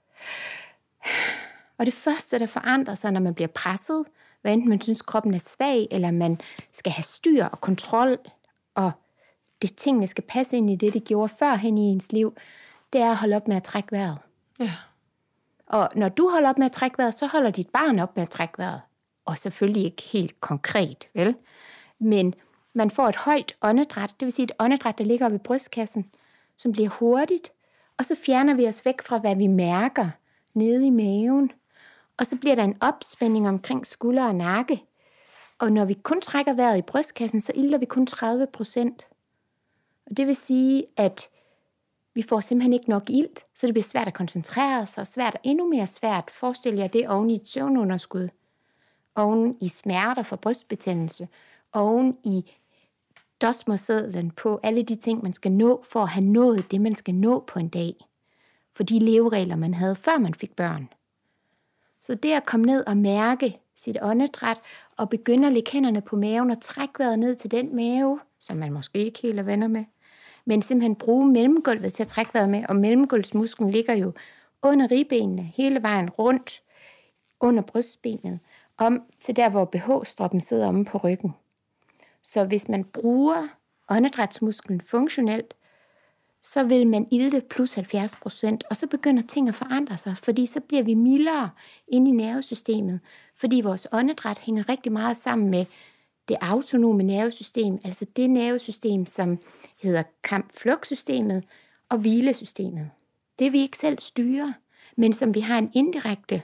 Og det første, der forandrer sig, når man bliver presset, hvad enten man synes, kroppen er svag, eller man skal have styr og kontrol, og det tingene skal passe ind i det gjorde førhen i ens liv, det er at holde op med at trække vejret. Ja. Og når du holder op med at trække vejret, så holder dit barn op med at trække vejret. Og selvfølgelig ikke helt konkret, vel? Men man får et højt åndedræt, det vil sige et åndedræt, der ligger oppe i brystkassen, som bliver hurtigt, og så fjerner vi os væk fra, hvad vi mærker nede i maven. Og så bliver der en opspænding omkring skulder og nakke. Og når vi kun trækker vejret i brystkassen, så ilter vi kun 30%. Og det vil sige, at vi får simpelthen ikke nok ilt, så det bliver svært at koncentrere sig, endnu mere svært. Forestil jer det oven i et søvnunderskud, oven i smerter for brystbetændelse, oven i dosmersedlen på alle de ting, man skal nå for at have nået det, man skal nå på en dag. For de leveregler, man havde, før man fik børn. Så det at komme ned og mærke sit åndedræt, og begynde at lægge hænderne på maven og trække vejret ned til den mave, som man måske ikke helt er venner med, men simpelthen bruge mellemgulvet til at trække vejret med, og mellemgulvsmusklen ligger jo under ribbenene, hele vejen rundt, under brystbenet, om til der, hvor BH-stroppen sidder omme på ryggen. Så hvis man bruger åndedrætsmusklen funktionelt, så vil man ilte plus 70%, og så begynder ting at forandre sig, fordi så bliver vi mildere inde i nervesystemet, fordi vores åndedræt hænger rigtig meget sammen med det autonome nervesystem, altså det nervesystem, som hedder kamp-flugt-systemet og hvilesystemet. Det vi ikke selv styrer, men som vi har en indirekte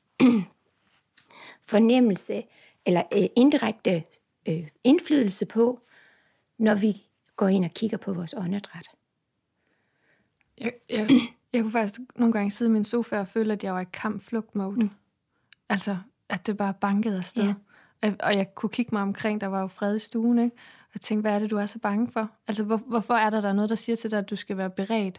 fornemmelse, eller indirekte indflydelse på, når vi går ind og kigger på vores åndedræt. Jeg kunne faktisk nogle gange sidde i min sofa og føle, at jeg var i kamp-flugt-mode. Altså, at det bare bankede afsted. Ja. Og jeg kunne kigge mig omkring, der var jo fred i stuen, ikke? Og jeg tænkte, hvad er det, du er så bange for? Altså, hvorfor er der noget, der siger til dig, at du skal være beredt?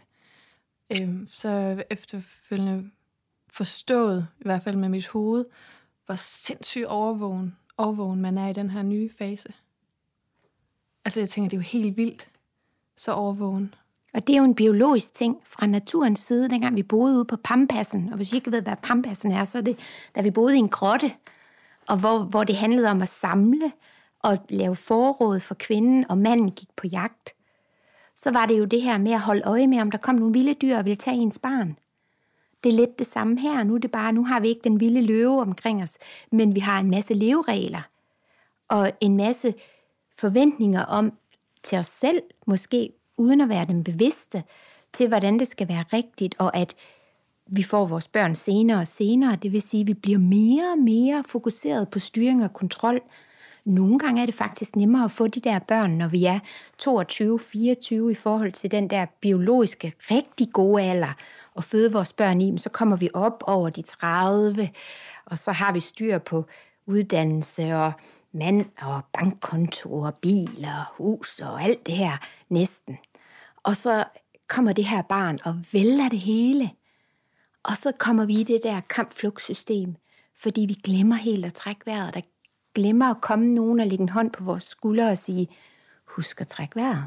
Så efterfølgende forstået, i hvert fald med mit hoved, hvor sindssygt overvågen man er i den her nye fase. Altså, jeg tænker, det er jo helt vildt, så overvågen. Og det er jo en biologisk ting fra naturens side, dengang vi boede ude på Pampassen. Og hvis I ikke ved, hvad Pampassen er, så er det, da vi boede i en grotte, og hvor det handlede om at samle og lave forråd for kvinden, og manden gik på jagt. Så var det jo det her med at holde øje med, om der kom nogle vilde dyr og ville tage ens barn. Det er lidt det samme her. Nu har vi ikke den vilde løve omkring os, men vi har en masse leveregler og en masse forventninger om til os selv, måske uden at være dem bevidste, til hvordan det skal være rigtigt, og at vi får vores børn senere og senere. Det vil sige, at vi bliver mere og mere fokuseret på styring og kontrol. Nogle gange er det faktisk nemmere at få de der børn, når vi er 22-24 i forhold til den der biologiske, rigtig gode alder, og føde vores børn i, men så kommer vi op over de 30, og så har vi styr på uddannelse og mand og bankkonto og bil og hus og alt det her næsten. Og så kommer det her barn og vælter det hele. Og så kommer vi i det der kampflugtsystem, fordi vi glemmer helt at trække vejret. Der glemmer at komme nogen og lægge en hånd på vores skuldre og sige, husk at trække vejret.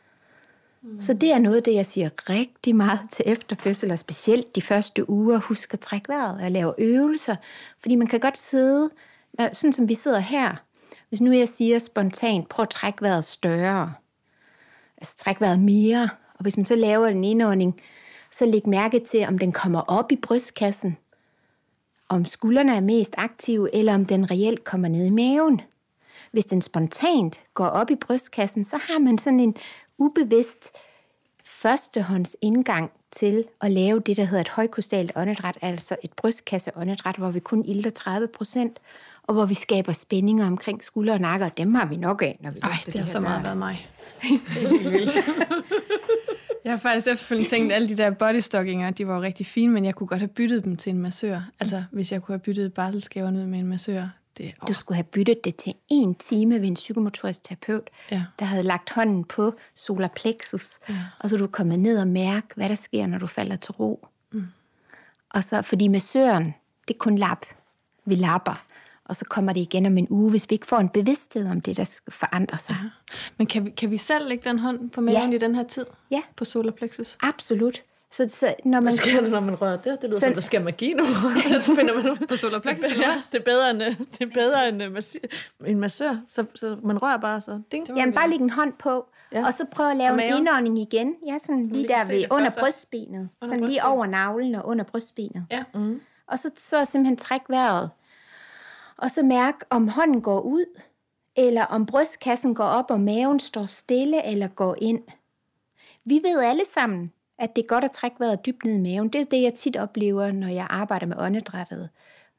Så det er noget af det, jeg siger rigtig meget til efterfødsel, og specielt de første uger, husk at trække vejret og lave øvelser. Fordi man kan godt sidde, sådan som vi sidder her. Hvis nu jeg siger spontant, prøv at trække vejret større. Altså trække vejret mere. Og hvis man så laver en indånding, så læg mærke til, om den kommer op i brystkassen. Om skuldrene er mest aktive, eller om den reelt kommer ned i maven. Hvis den spontant går op i brystkassen, så har man sådan en ubevidst førstehånds indgang til at lave det, der hedder et højkostalt åndedræt, altså et brystkasseåndedræt, hvor vi kun ilter 30%, og hvor vi skaber spændinger omkring skuldre og nakke, og dem har vi nok af, når vi det har så meget været mig. Det er helt vildt. Jeg har faktisk efterfølgende tænkt, at alle de der bodystockinger, de var jo rigtig fine, men jeg kunne godt have byttet dem til en massør. Altså, hvis jeg kunne have byttet barselsgaverne ud med en massør. Du skulle have byttet det til 1 time ved en psykomotorisk terapeut, der havde lagt hånden på solar plexus, og så du kommet ned og mærke, hvad der sker, når du falder til ro. Og så, fordi massøren, det er kun lap. Vi lapper. Og så kommer det igen om en uge, hvis vi ikke får en bevidsthed om det, der skal forandre sig. Ja. Men kan vi selv lægge den hånd på maven i den her tid? Ja. På solar plexus? Absolut. Så når man... Hvad sker der, når man rører det? Det lyder som, der sker magi nu. Så finder man... På solar plexus? Ja, det er bedre end en massør. Så man rører bare så. Ding. Jamen, bare lægge en hånd på, og så prøve at lave en indånding igen. Ja, sådan lige der ved under brystbenet. Sådan lige over navlen og under brystbenet. Ja. Og så simpelthen træk vejret. Og så mærk, om hånden går ud, eller om brystkassen går op, og maven står stille eller går ind. Vi ved alle sammen, at det er godt at trække vejret dybt ned i maven. Det er det, jeg tit oplever, når jeg arbejder med åndedrættet.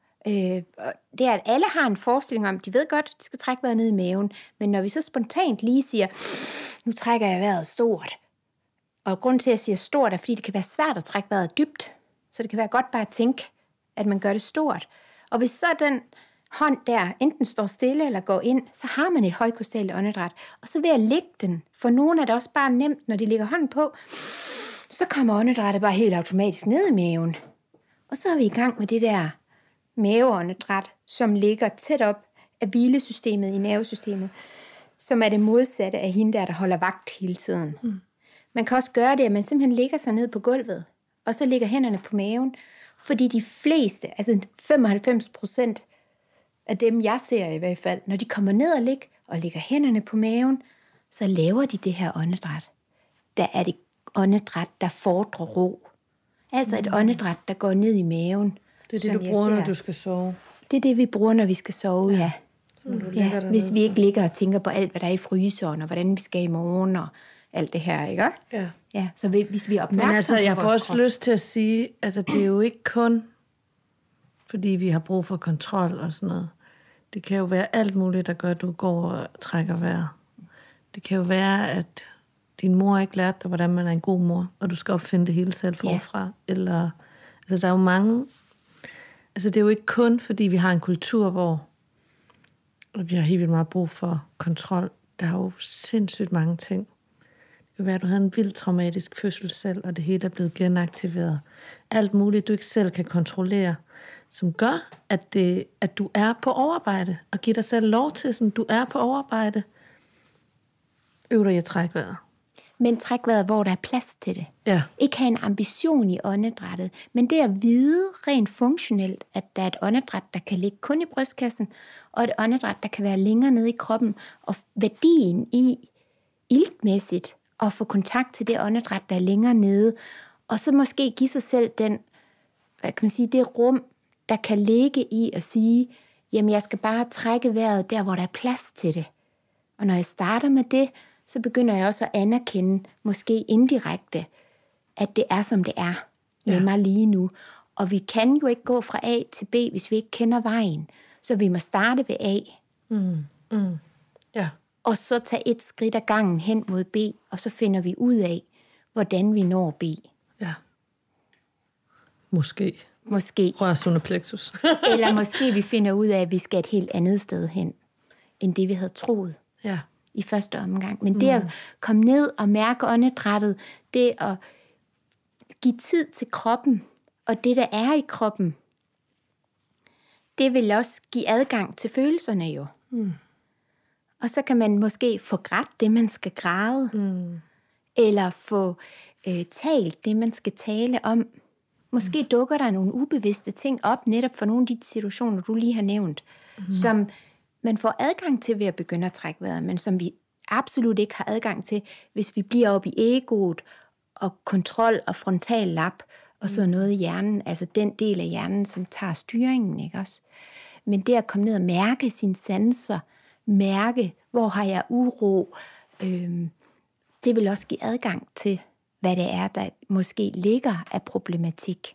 Det er, at alle har en forestilling om, de ved godt, at de skal trække vejret ned i maven. Men når vi så spontant lige siger, nu trækker jeg vejret stort. Og grund til, at jeg siger stort, er, fordi det kan være svært at trække vejret dybt. Så det kan være godt bare at tænke, at man gør det stort. Og hvis så den hånd der enten står stille eller går ind, så har man et højkostalt åndedræt. Og så ved at lægge den, for nogen er det også bare nemt, når de lægger hånden på, så kommer åndedrættet bare helt automatisk ned i maven. Og så er vi i gang med det der maveåndedræt, som ligger tæt op af hvilesystemet i nervesystemet, som er det modsatte af hende der holder vagt hele tiden. Man kan også gøre det, at man simpelthen ligger sig ned på gulvet, og så ligger hænderne på maven, fordi de fleste, altså 95% af dem, jeg ser i hvert fald, når de kommer ned og lægger hænderne på maven, så laver de det her åndedræt. Der er det åndedræt, der fordrer ro. Altså et åndedræt, der går ned i maven. Det er det, du bruger, når du skal sove. Det er det, vi bruger, når vi skal sove, ja. Hvis vi ikke ligger og tænker på alt, hvad der er i fryseren, og hvordan vi skal i morgen, og alt det her, ikke? Ja, så hvis vi er opmærksomme. Men altså, jeg får også lyst til at sige, altså det er jo ikke kun, fordi vi har brug for kontrol og sådan noget. Det kan jo være alt muligt, der gør, at du går og trækker vejret. Det kan jo være, at din mor ikke lærte dig, hvordan man er en god mor, og du skal opfinde det hele selv forfra. Eller, altså der er jo mange... Altså det er jo ikke kun, fordi vi har en kultur, hvor Og vi har helt vildt meget brug for kontrol. Der er jo sindssygt mange ting. Det kan være, at du havde en vild traumatisk fødsel selv, og det hele er blevet genaktiveret. Alt muligt, du ikke selv kan kontrollere, som gør, at du er på overarbejde, og giver dig selv lov til, sådan, du er på overarbejde. Øv dig i at trække vejret. Men træk vejret, hvor der er plads til det. Ja. Ikke have en ambition i åndedrættet, men det at vide rent funktionelt, at der er et åndedræt, der kan ligge kun i brystkassen, og et åndedræt, der kan være længere nede i kroppen, og værdien i iltmæssigt at få kontakt til det åndedræt, der er længere nede, og så måske give sig selv den, hvad kan man sige, det rum, der kan ligge i at sige, jamen jeg skal bare trække vejret der, hvor der er plads til det. Og når jeg starter med det, så begynder jeg også at anerkende, måske indirekte, at det er, som det er med mig lige nu. Og vi kan jo ikke gå fra A til B, hvis vi ikke kender vejen. Så vi må starte ved A. Ja. Og så tage et skridt ad gangen hen mod B, og så finder vi ud af, hvordan vi når B. Ja. Måske. Rør solar plexus. Eller måske vi finder ud af, at vi skal et helt andet sted hen, end det vi havde troet. Ja. I første omgang. Men det at komme ned og mærke åndedrættet, det at give tid til kroppen, og det, der er i kroppen, det vil også give adgang til følelserne jo. Og så kan man måske få grædt det, man skal græde, eller få talt det, man skal tale om. Måske dukker der nogle ubevidste ting op, netop for nogle af de situationer, du lige har nævnt, som man får adgang til ved at begynde at trække vejret, men som vi absolut ikke har adgang til, hvis vi bliver oppe i egoet og kontrol og frontal lap og sådan noget i hjernen, altså den del af hjernen, som tager styringen, ikke også? Men det at komme ned og mærke sine sanser, mærke, hvor har jeg uro, det vil også give adgang til, hvad det er, der måske ligger af problematik.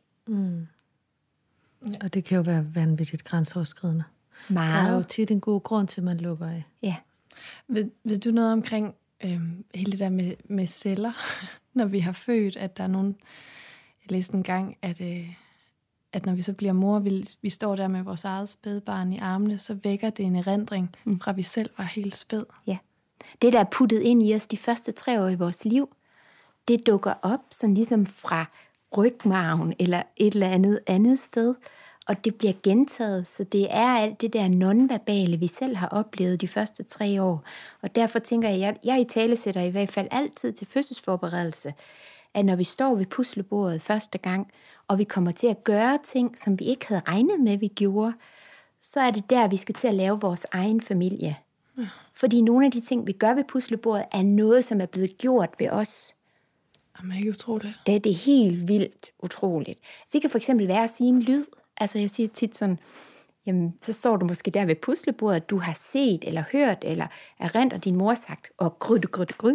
Og det kan jo være vanvittigt grænseoverskridende. Meget. Der er jo tit en god grund til, at man lukker af. Ja. Ved du noget omkring hele det der med celler, når vi har født, at der er nogen... Jeg læste en gang, at når vi så bliver mor, vi står der med vores eget spædbarn i armene, så vækker det en erindring fra, vi selv var helt spæd. Ja. Det, der er puttet ind i os de første 3 år i vores liv, det dukker op sådan ligesom fra rygmarven eller et eller andet sted, og det bliver gentaget, så det er alt det der nonverbale, vi selv har oplevet de første 3 år. Og derfor tænker jeg italesætter i hvert fald altid til fødselsforberedelse, at når vi står ved puslebordet første gang, og vi kommer til at gøre ting, som vi ikke havde regnet med, vi gjorde, så er det der, vi skal til at lave vores egen familie. Fordi nogle af de ting, vi gør ved puslebordet, er noget, som er blevet gjort ved os. Jamen, det er ikke utroligt. Det er helt vildt utroligt. Det kan for eksempel være at sige en lyd. Altså jeg siger tit sådan, jamen så står du måske der ved puslebordet, du har set eller hørt, eller erindret din mor sagt, og grytte.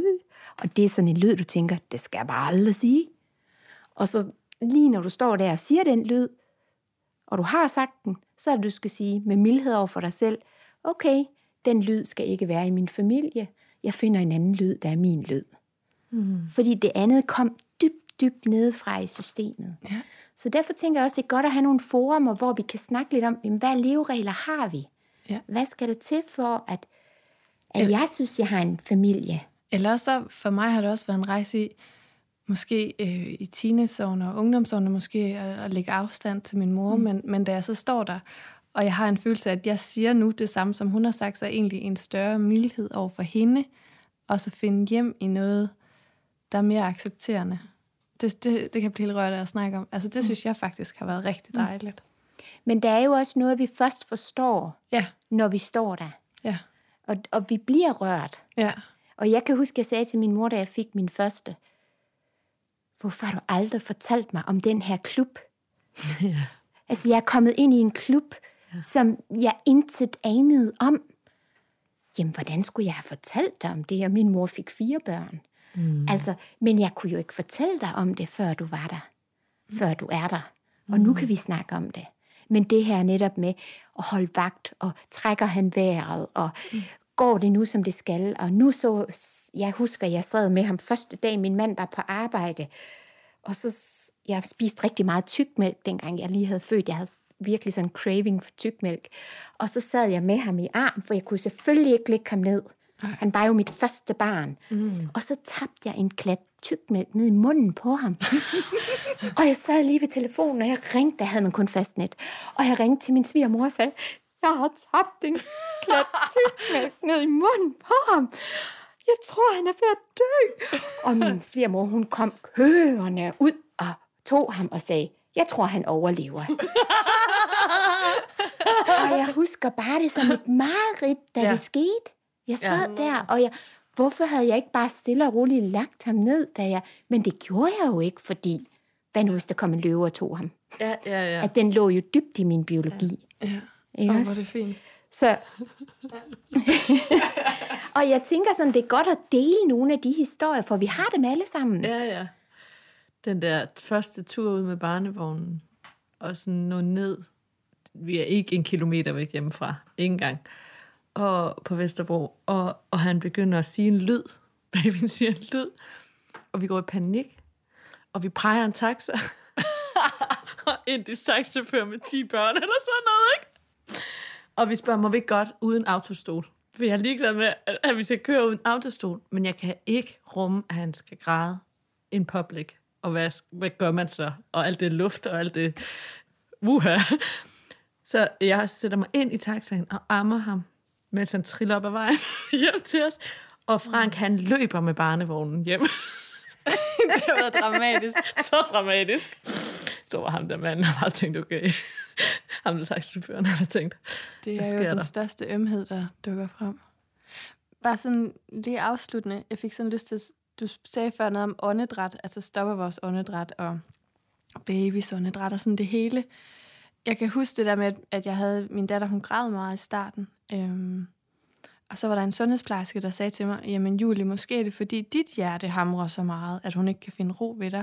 Og det er sådan en lyd, du tænker, det skal jeg bare aldrig sige. Og så lige når du står der og siger den lyd, og du har sagt den, så er det, du skal sige med mildhed over for dig selv, okay, den lyd skal ikke være i min familie. Jeg finder en anden lyd, der er min lyd. Fordi det andet kom dybt nedefra i systemet. Ja. Så derfor tænker jeg også, det er godt at have nogle forumer, hvor vi kan snakke lidt om, hvad leveregler har vi? Ja. Hvad skal der til for, at jeg synes, jeg har en familie? Eller så for mig har det også været en rejse i, måske i teenageårene og ungdomsårene, måske at lægge afstand til min mor, men da jeg så står der, og jeg har en følelse af, at jeg siger nu det samme, som hun har sagt, så er egentlig en større mildhed over for hende, og så finde hjem i noget, der er mere accepterende. Det kan blive helt rørt af at snakke om. Altså det synes jeg faktisk har været rigtig dejligt. Men der er jo også noget, vi først forstår, når vi står der. Ja. Og vi bliver rørt. Ja. Og jeg kan huske, jeg sagde til min mor, da jeg fik min første, hvorfor har du aldrig fortalt mig om den her klub? Ja. Altså jeg er kommet ind i en klub, som jeg intet anede om. Jamen, hvordan skulle jeg have fortalt dig om det? Og min mor fik 4 børn. Altså, men jeg kunne jo ikke fortælle dig om det, før du var der. Før du er der. Og nu kan vi snakke om det. Men det her netop med at holde vagt, og trækker han vejret, og går det nu, som det skal. Og nu så, jeg husker, jeg sad med ham første dag, min mand var på arbejde. Og så, jeg spiste rigtig meget tykmælk, dengang jeg lige havde født. Jeg havde virkelig sådan en craving for tykmælk. Og så sad jeg med ham i arm, for jeg kunne selvfølgelig ikke lægge ham ned. Han var jo mit første barn. Og så tabte jeg en klat tykmælk ned i munden på ham. Og jeg sad lige ved telefonen, og jeg ringte, der havde man kun fastnet. Og jeg ringte til min svigermor og sagde, jeg har tabt en klat tykmælk ned i munden på ham. Jeg tror, han er ved at dø. Og min svigermor, hun kom kørende ud og tog ham og sagde, jeg tror, han overlever. Og jeg husker bare det som et mareridt, da det skete. Jeg sad der, og hvorfor havde jeg ikke bare stille og roligt lagt ham ned, men det gjorde jeg jo ikke, fordi, hvad nu hvis der kom en løve og tog ham? Ja. At den lå jo dybt i min biologi. Ja. Ikke Hvor også? er det fint. Så... og jeg tænker sådan, det er godt at dele nogle af de historier, for vi har dem alle sammen. Ja. Den der første tur ud med barnevognen, og sådan nå ned. Vi er ikke 1 kilometer væk hjemmefra. Ikke engang. Og på Vesterbro. Og han begynder at sige en lyd. Babyen siger en lyd. Og vi går i panik. Og vi præger en taxa. Og indisk taxachauffør med 10 børn eller sådan noget, ikke? Og vi spørger, må vi ikke godt uden autostol? For jeg er ligeglad med, at vi skal køre uden autostol. Men jeg kan ikke rumme, at han skal græde in public. Og hvad gør man så? Og alt det luft og alt det... Så jeg sætter mig ind i taxaen og ammer ham, mens han triller op ad vejen hjem til os. Og Frank, han løber med barnevognen hjem. Det har været dramatisk. Så dramatisk. Så var ham der manden, og bare tænkt, okay, ham der taxichaufføren, har tænkt, det er jo den største ømhed, der dukker frem. Bare sådan lige afsluttende, jeg fik sådan lyst til, du sagde før noget om åndedræt, altså stopper vores åndedræt og babys åndedræt og sådan det hele. Jeg kan huske det der med, at jeg havde min datter, hun græd meget i starten. Og så var der en sundhedsplejerske, der sagde til mig, jamen Julie, måske er det fordi dit hjerte hamrer så meget, at hun ikke kan finde ro ved dig.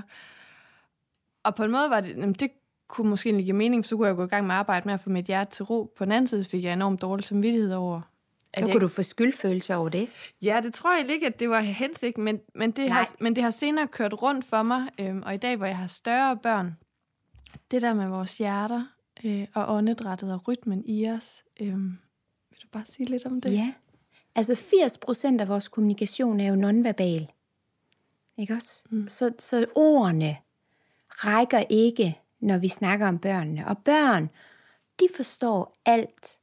Og på en måde var det kunne måske ikke give mening, for så kunne jeg gå i gang med at arbejde med at få mit hjerte til ro. På den anden side fik jeg enormt dårlig samvittighed over. Så kunne du få skyldfølelse over det? Ja, det tror jeg ikke, at det var hensigten, men det har senere kørt rundt for mig. Og i dag, hvor jeg har større børn, det der med vores hjerter og åndedrættet og rytmen i os, vil du bare sige lidt om det? Ja, altså 80% af vores kommunikation er jo nonverbal. Ikke også? Så ordene rækker ikke, når vi snakker om børnene. Og børn, de forstår alt.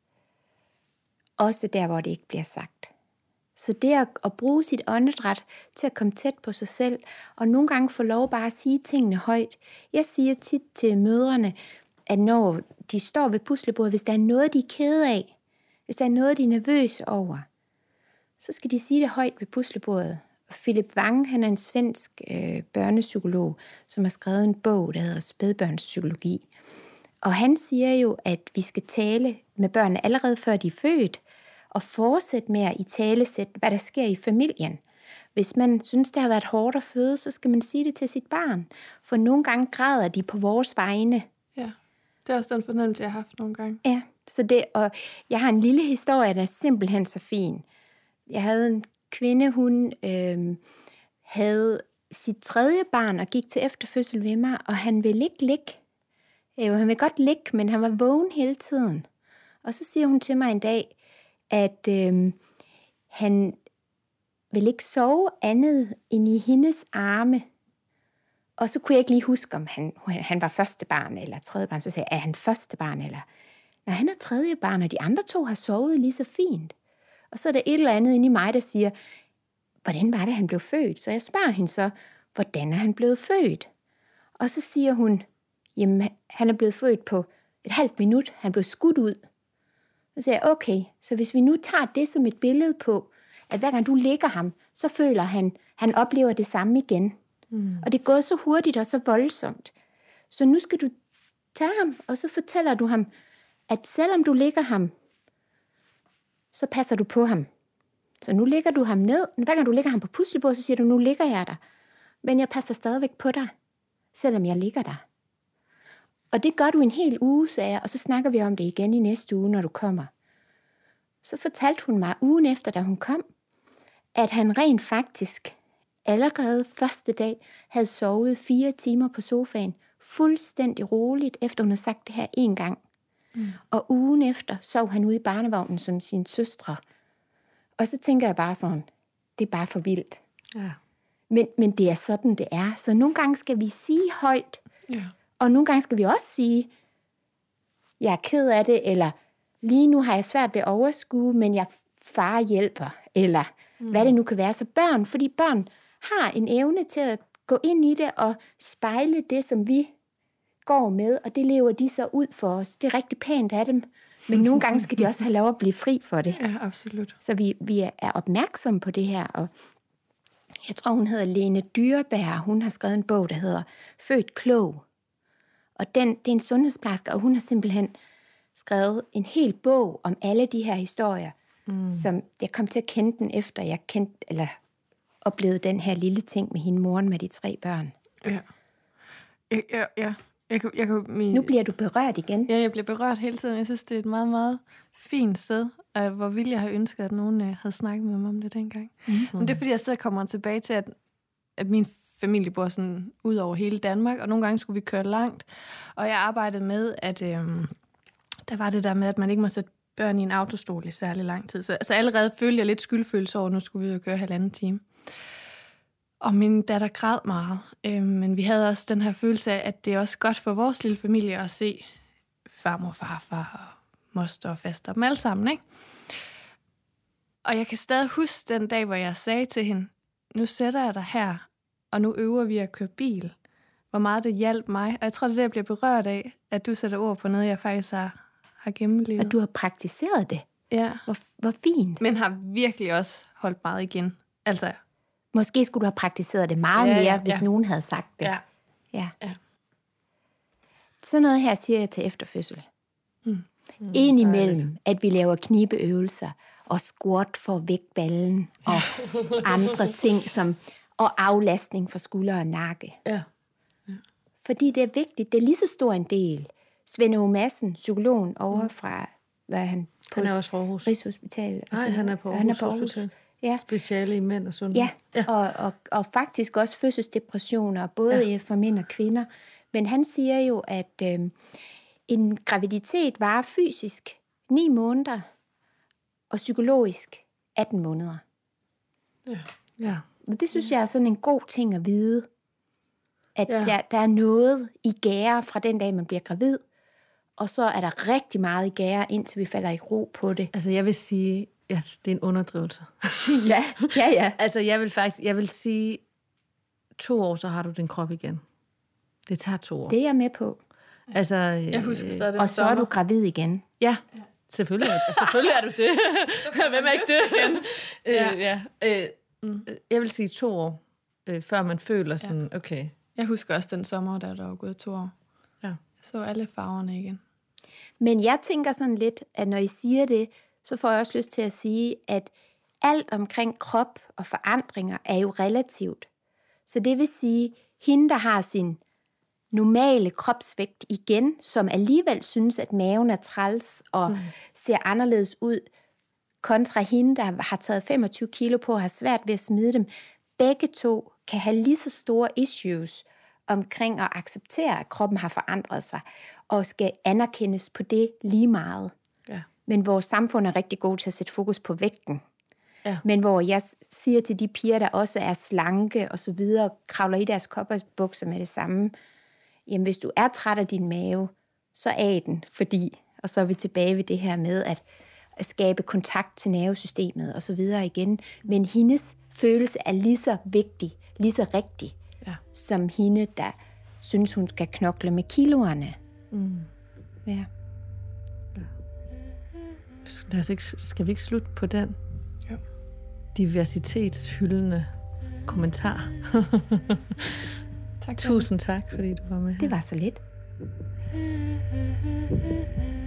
Også der, hvor det ikke bliver sagt. Så det at bruge sit åndedræt til at komme tæt på sig selv, og nogle gange få lov bare at sige tingene højt. Jeg siger tit til mødrene, at når de står ved puslebordet, hvis der er noget, de er kede af, hvis der er noget, de er nervøse over, så skal de sige det højt ved puslebordet. Og Philip Wang, han er en svensk børnepsykolog, som har skrevet en bog, der hedder Spædbørnspsykologi. Og han siger jo, at vi skal tale med børnene allerede før de er født, og fortsætte med at italesætte, hvad der sker i familien. Hvis man synes, det har været hårdt at føde, så skal man sige det til sit barn. For nogle gange græder de på vores vegne. Ja, det er også den fornemmelse, jeg har haft nogle gange. Ja, og jeg har en lille historie, der er simpelthen så fin. Jeg havde en kvinde, hun havde sit 3. barn og gik til efterfødsel ved mig, og han ville ikke ligge. Han ville godt ligge, men han var vågen hele tiden. Og så siger hun til mig en dag, at han ville ikke sove andet end i hendes arme. Og så kunne jeg ikke lige huske, om han var første barn eller 3. barn. Så sagde jeg, er han første barn? Eller? Nej, han er 3. barn, og de andre 2 har sovet lige så fint. Og så er der et eller andet inde i mig, der siger, hvordan var det, han blev født? Så jeg spørger hende så, hvordan er han blevet født? Og så siger hun, jamen, han er blevet født på et halvt minut. Han blev skudt ud. Så siger jeg, okay, så hvis vi nu tager det som et billede på, at hver gang du lægger ham, så føler han oplever det samme igen. Og det er gået så hurtigt og så voldsomt. Så nu skal du tage ham, og så fortæller du ham, at selvom du lægger ham, så passer du på ham. Så nu lægger du ham ned. Hver gang du lægger ham på puslebordet, så siger du, nu ligger jeg der. Men jeg passer stadigvæk på dig, selvom jeg ligger der. Og det gør du en hel uge, sagde jeg, og så snakker vi om det igen i næste uge, når du kommer. Så fortalte hun mig ugen efter, da hun kom, at han rent faktisk allerede første dag havde sovet 4 timer på sofaen, fuldstændig roligt, efter hun havde sagt det her 1 gang. Og ugen efter sov han ude i barnevognen som sine søstre. Og så tænker jeg bare sådan, det er bare for vildt. Ja. Men det er sådan, det er. Så nogle gange skal vi sige højt, og nogle gange skal vi også sige, jeg er ked af det, eller lige nu har jeg svært ved at overskue, men jeg far hjælper, eller hvad det nu kan være. Så fordi børn har en evne til at gå ind i det og spejle det, som vi går med, og det lever de så ud for os. Det er rigtig pænt af dem, men nogle gange skal de også have lov at blive fri for det. Ja, absolut. Så vi er opmærksomme på det her, og jeg tror, hun hedder Lene Dyreberg. Hun har skrevet en bog, der hedder Født klog. Og det er en sundhedsplejerske, og hun har simpelthen skrevet en hel bog om alle de her historier, som jeg kom til at kende den efter, jeg oplevede den her lille ting med hende moren med de 3 børn. Ja. Ja. Nu bliver du berørt igen. Ja, jeg bliver berørt hele tiden. Jeg synes, det er et meget, meget fint sted, hvor ville jeg have ønsket, at nogen havde snakket med mig om det dengang. Men det er, fordi jeg så kommer tilbage til, at min familie bor sådan ud over hele Danmark, og nogle gange skulle vi køre langt. Og jeg arbejdede med, at der var det der med, at man ikke må sætte børn i en autostol i særlig lang tid. Så allerede følte jeg lidt skyldfølelse over, at nu skulle vi jo køre 1,5 time. Og min datter græd meget, men vi havde også den her følelse af, at det er også godt for vores lille familie at se farmor, farfar og moster og faster dem alle sammen, ikke? Og jeg kan stadig huske den dag, hvor jeg sagde til hende, nu sætter jeg dig her, og nu øver vi at køre bil. Hvor meget det hjalp mig. Og jeg tror, det er det, jeg bliver berørt af, at du sætter ord på noget, jeg faktisk har gennemlevet. Og du har praktiseret det. Ja. Hvor fint. Men har virkelig også holdt meget igen. Altså, måske skulle du have praktiseret det meget mere, hvis nogen havde sagt det. Ja. Så noget her siger jeg til efterfødsel. Indimellem, at vi laver knibeøvelser og squat for at vække ballen og andre ting, og aflastning for skulder og nakke. Ja. Fordi det er vigtigt. Det er lige så stor en del. Svend Aage Madsen, psykologen over fra, hvad er han? Han er også fra Aarhus. Rigshospitalet. Nej, han er på Aarhus Hospital. Ja. Speciale i mænd og sundhed. Ja. Og faktisk også fødselsdepressioner, både for mænd og kvinder. Men han siger jo, at en graviditet varer fysisk 9 måneder, og psykologisk 18 måneder. Ja. Og det synes jeg er sådan en god ting at vide. At der er noget i gære fra den dag, man bliver gravid, og så er der rigtig meget i gære, indtil vi falder i ro på det. Altså, jeg vil sige, at det er en underdrivelse. Ja. Altså, jeg vil sige, 2 år, så har du din krop igen. Det tager 2 år. Det er jeg med på. Altså, jeg husker stadig og så er du gravid igen. Ja. Selvfølgelig er du det. Hvem er ikke det? Jeg vil sige 2 år, før man føler sådan, okay. Jeg husker også den sommer, der var gået 2 år. Ja. Jeg så alle farverne igen. Men jeg tænker sådan lidt, at når I siger det, så får jeg også lyst til at sige, at alt omkring krop og forandringer er jo relativt. Så det vil sige, hende, der har sin normale kropsvægt igen, som alligevel synes, at maven er træls og ser anderledes ud, kontra hende, der har taget 25 kilo på og har svært ved at smide dem. Begge to kan have lige så store issues omkring at acceptere, at kroppen har forandret sig, og skal anerkendes på det lige meget. Ja. Men vores samfund er rigtig god til at sætte fokus på vægten. Ja. Men hvor jeg siger til de piger, der også er slanke og så videre, kravler i deres koppersbukser med det samme, jamen hvis du er træt af din mave, så af den, fordi, og så er vi tilbage ved det her med at skabe kontakt til nervesystemet og så videre igen. Men hendes følelse er lige så vigtig, lige så rigtig, som hende, der synes, hun skal knokle med kiloerne. Ja. Skal vi ikke slutte på den? Jo. Diversitetshyldende kommentar. Tak. Tusind tak, fordi du var med her. Det var så lidt.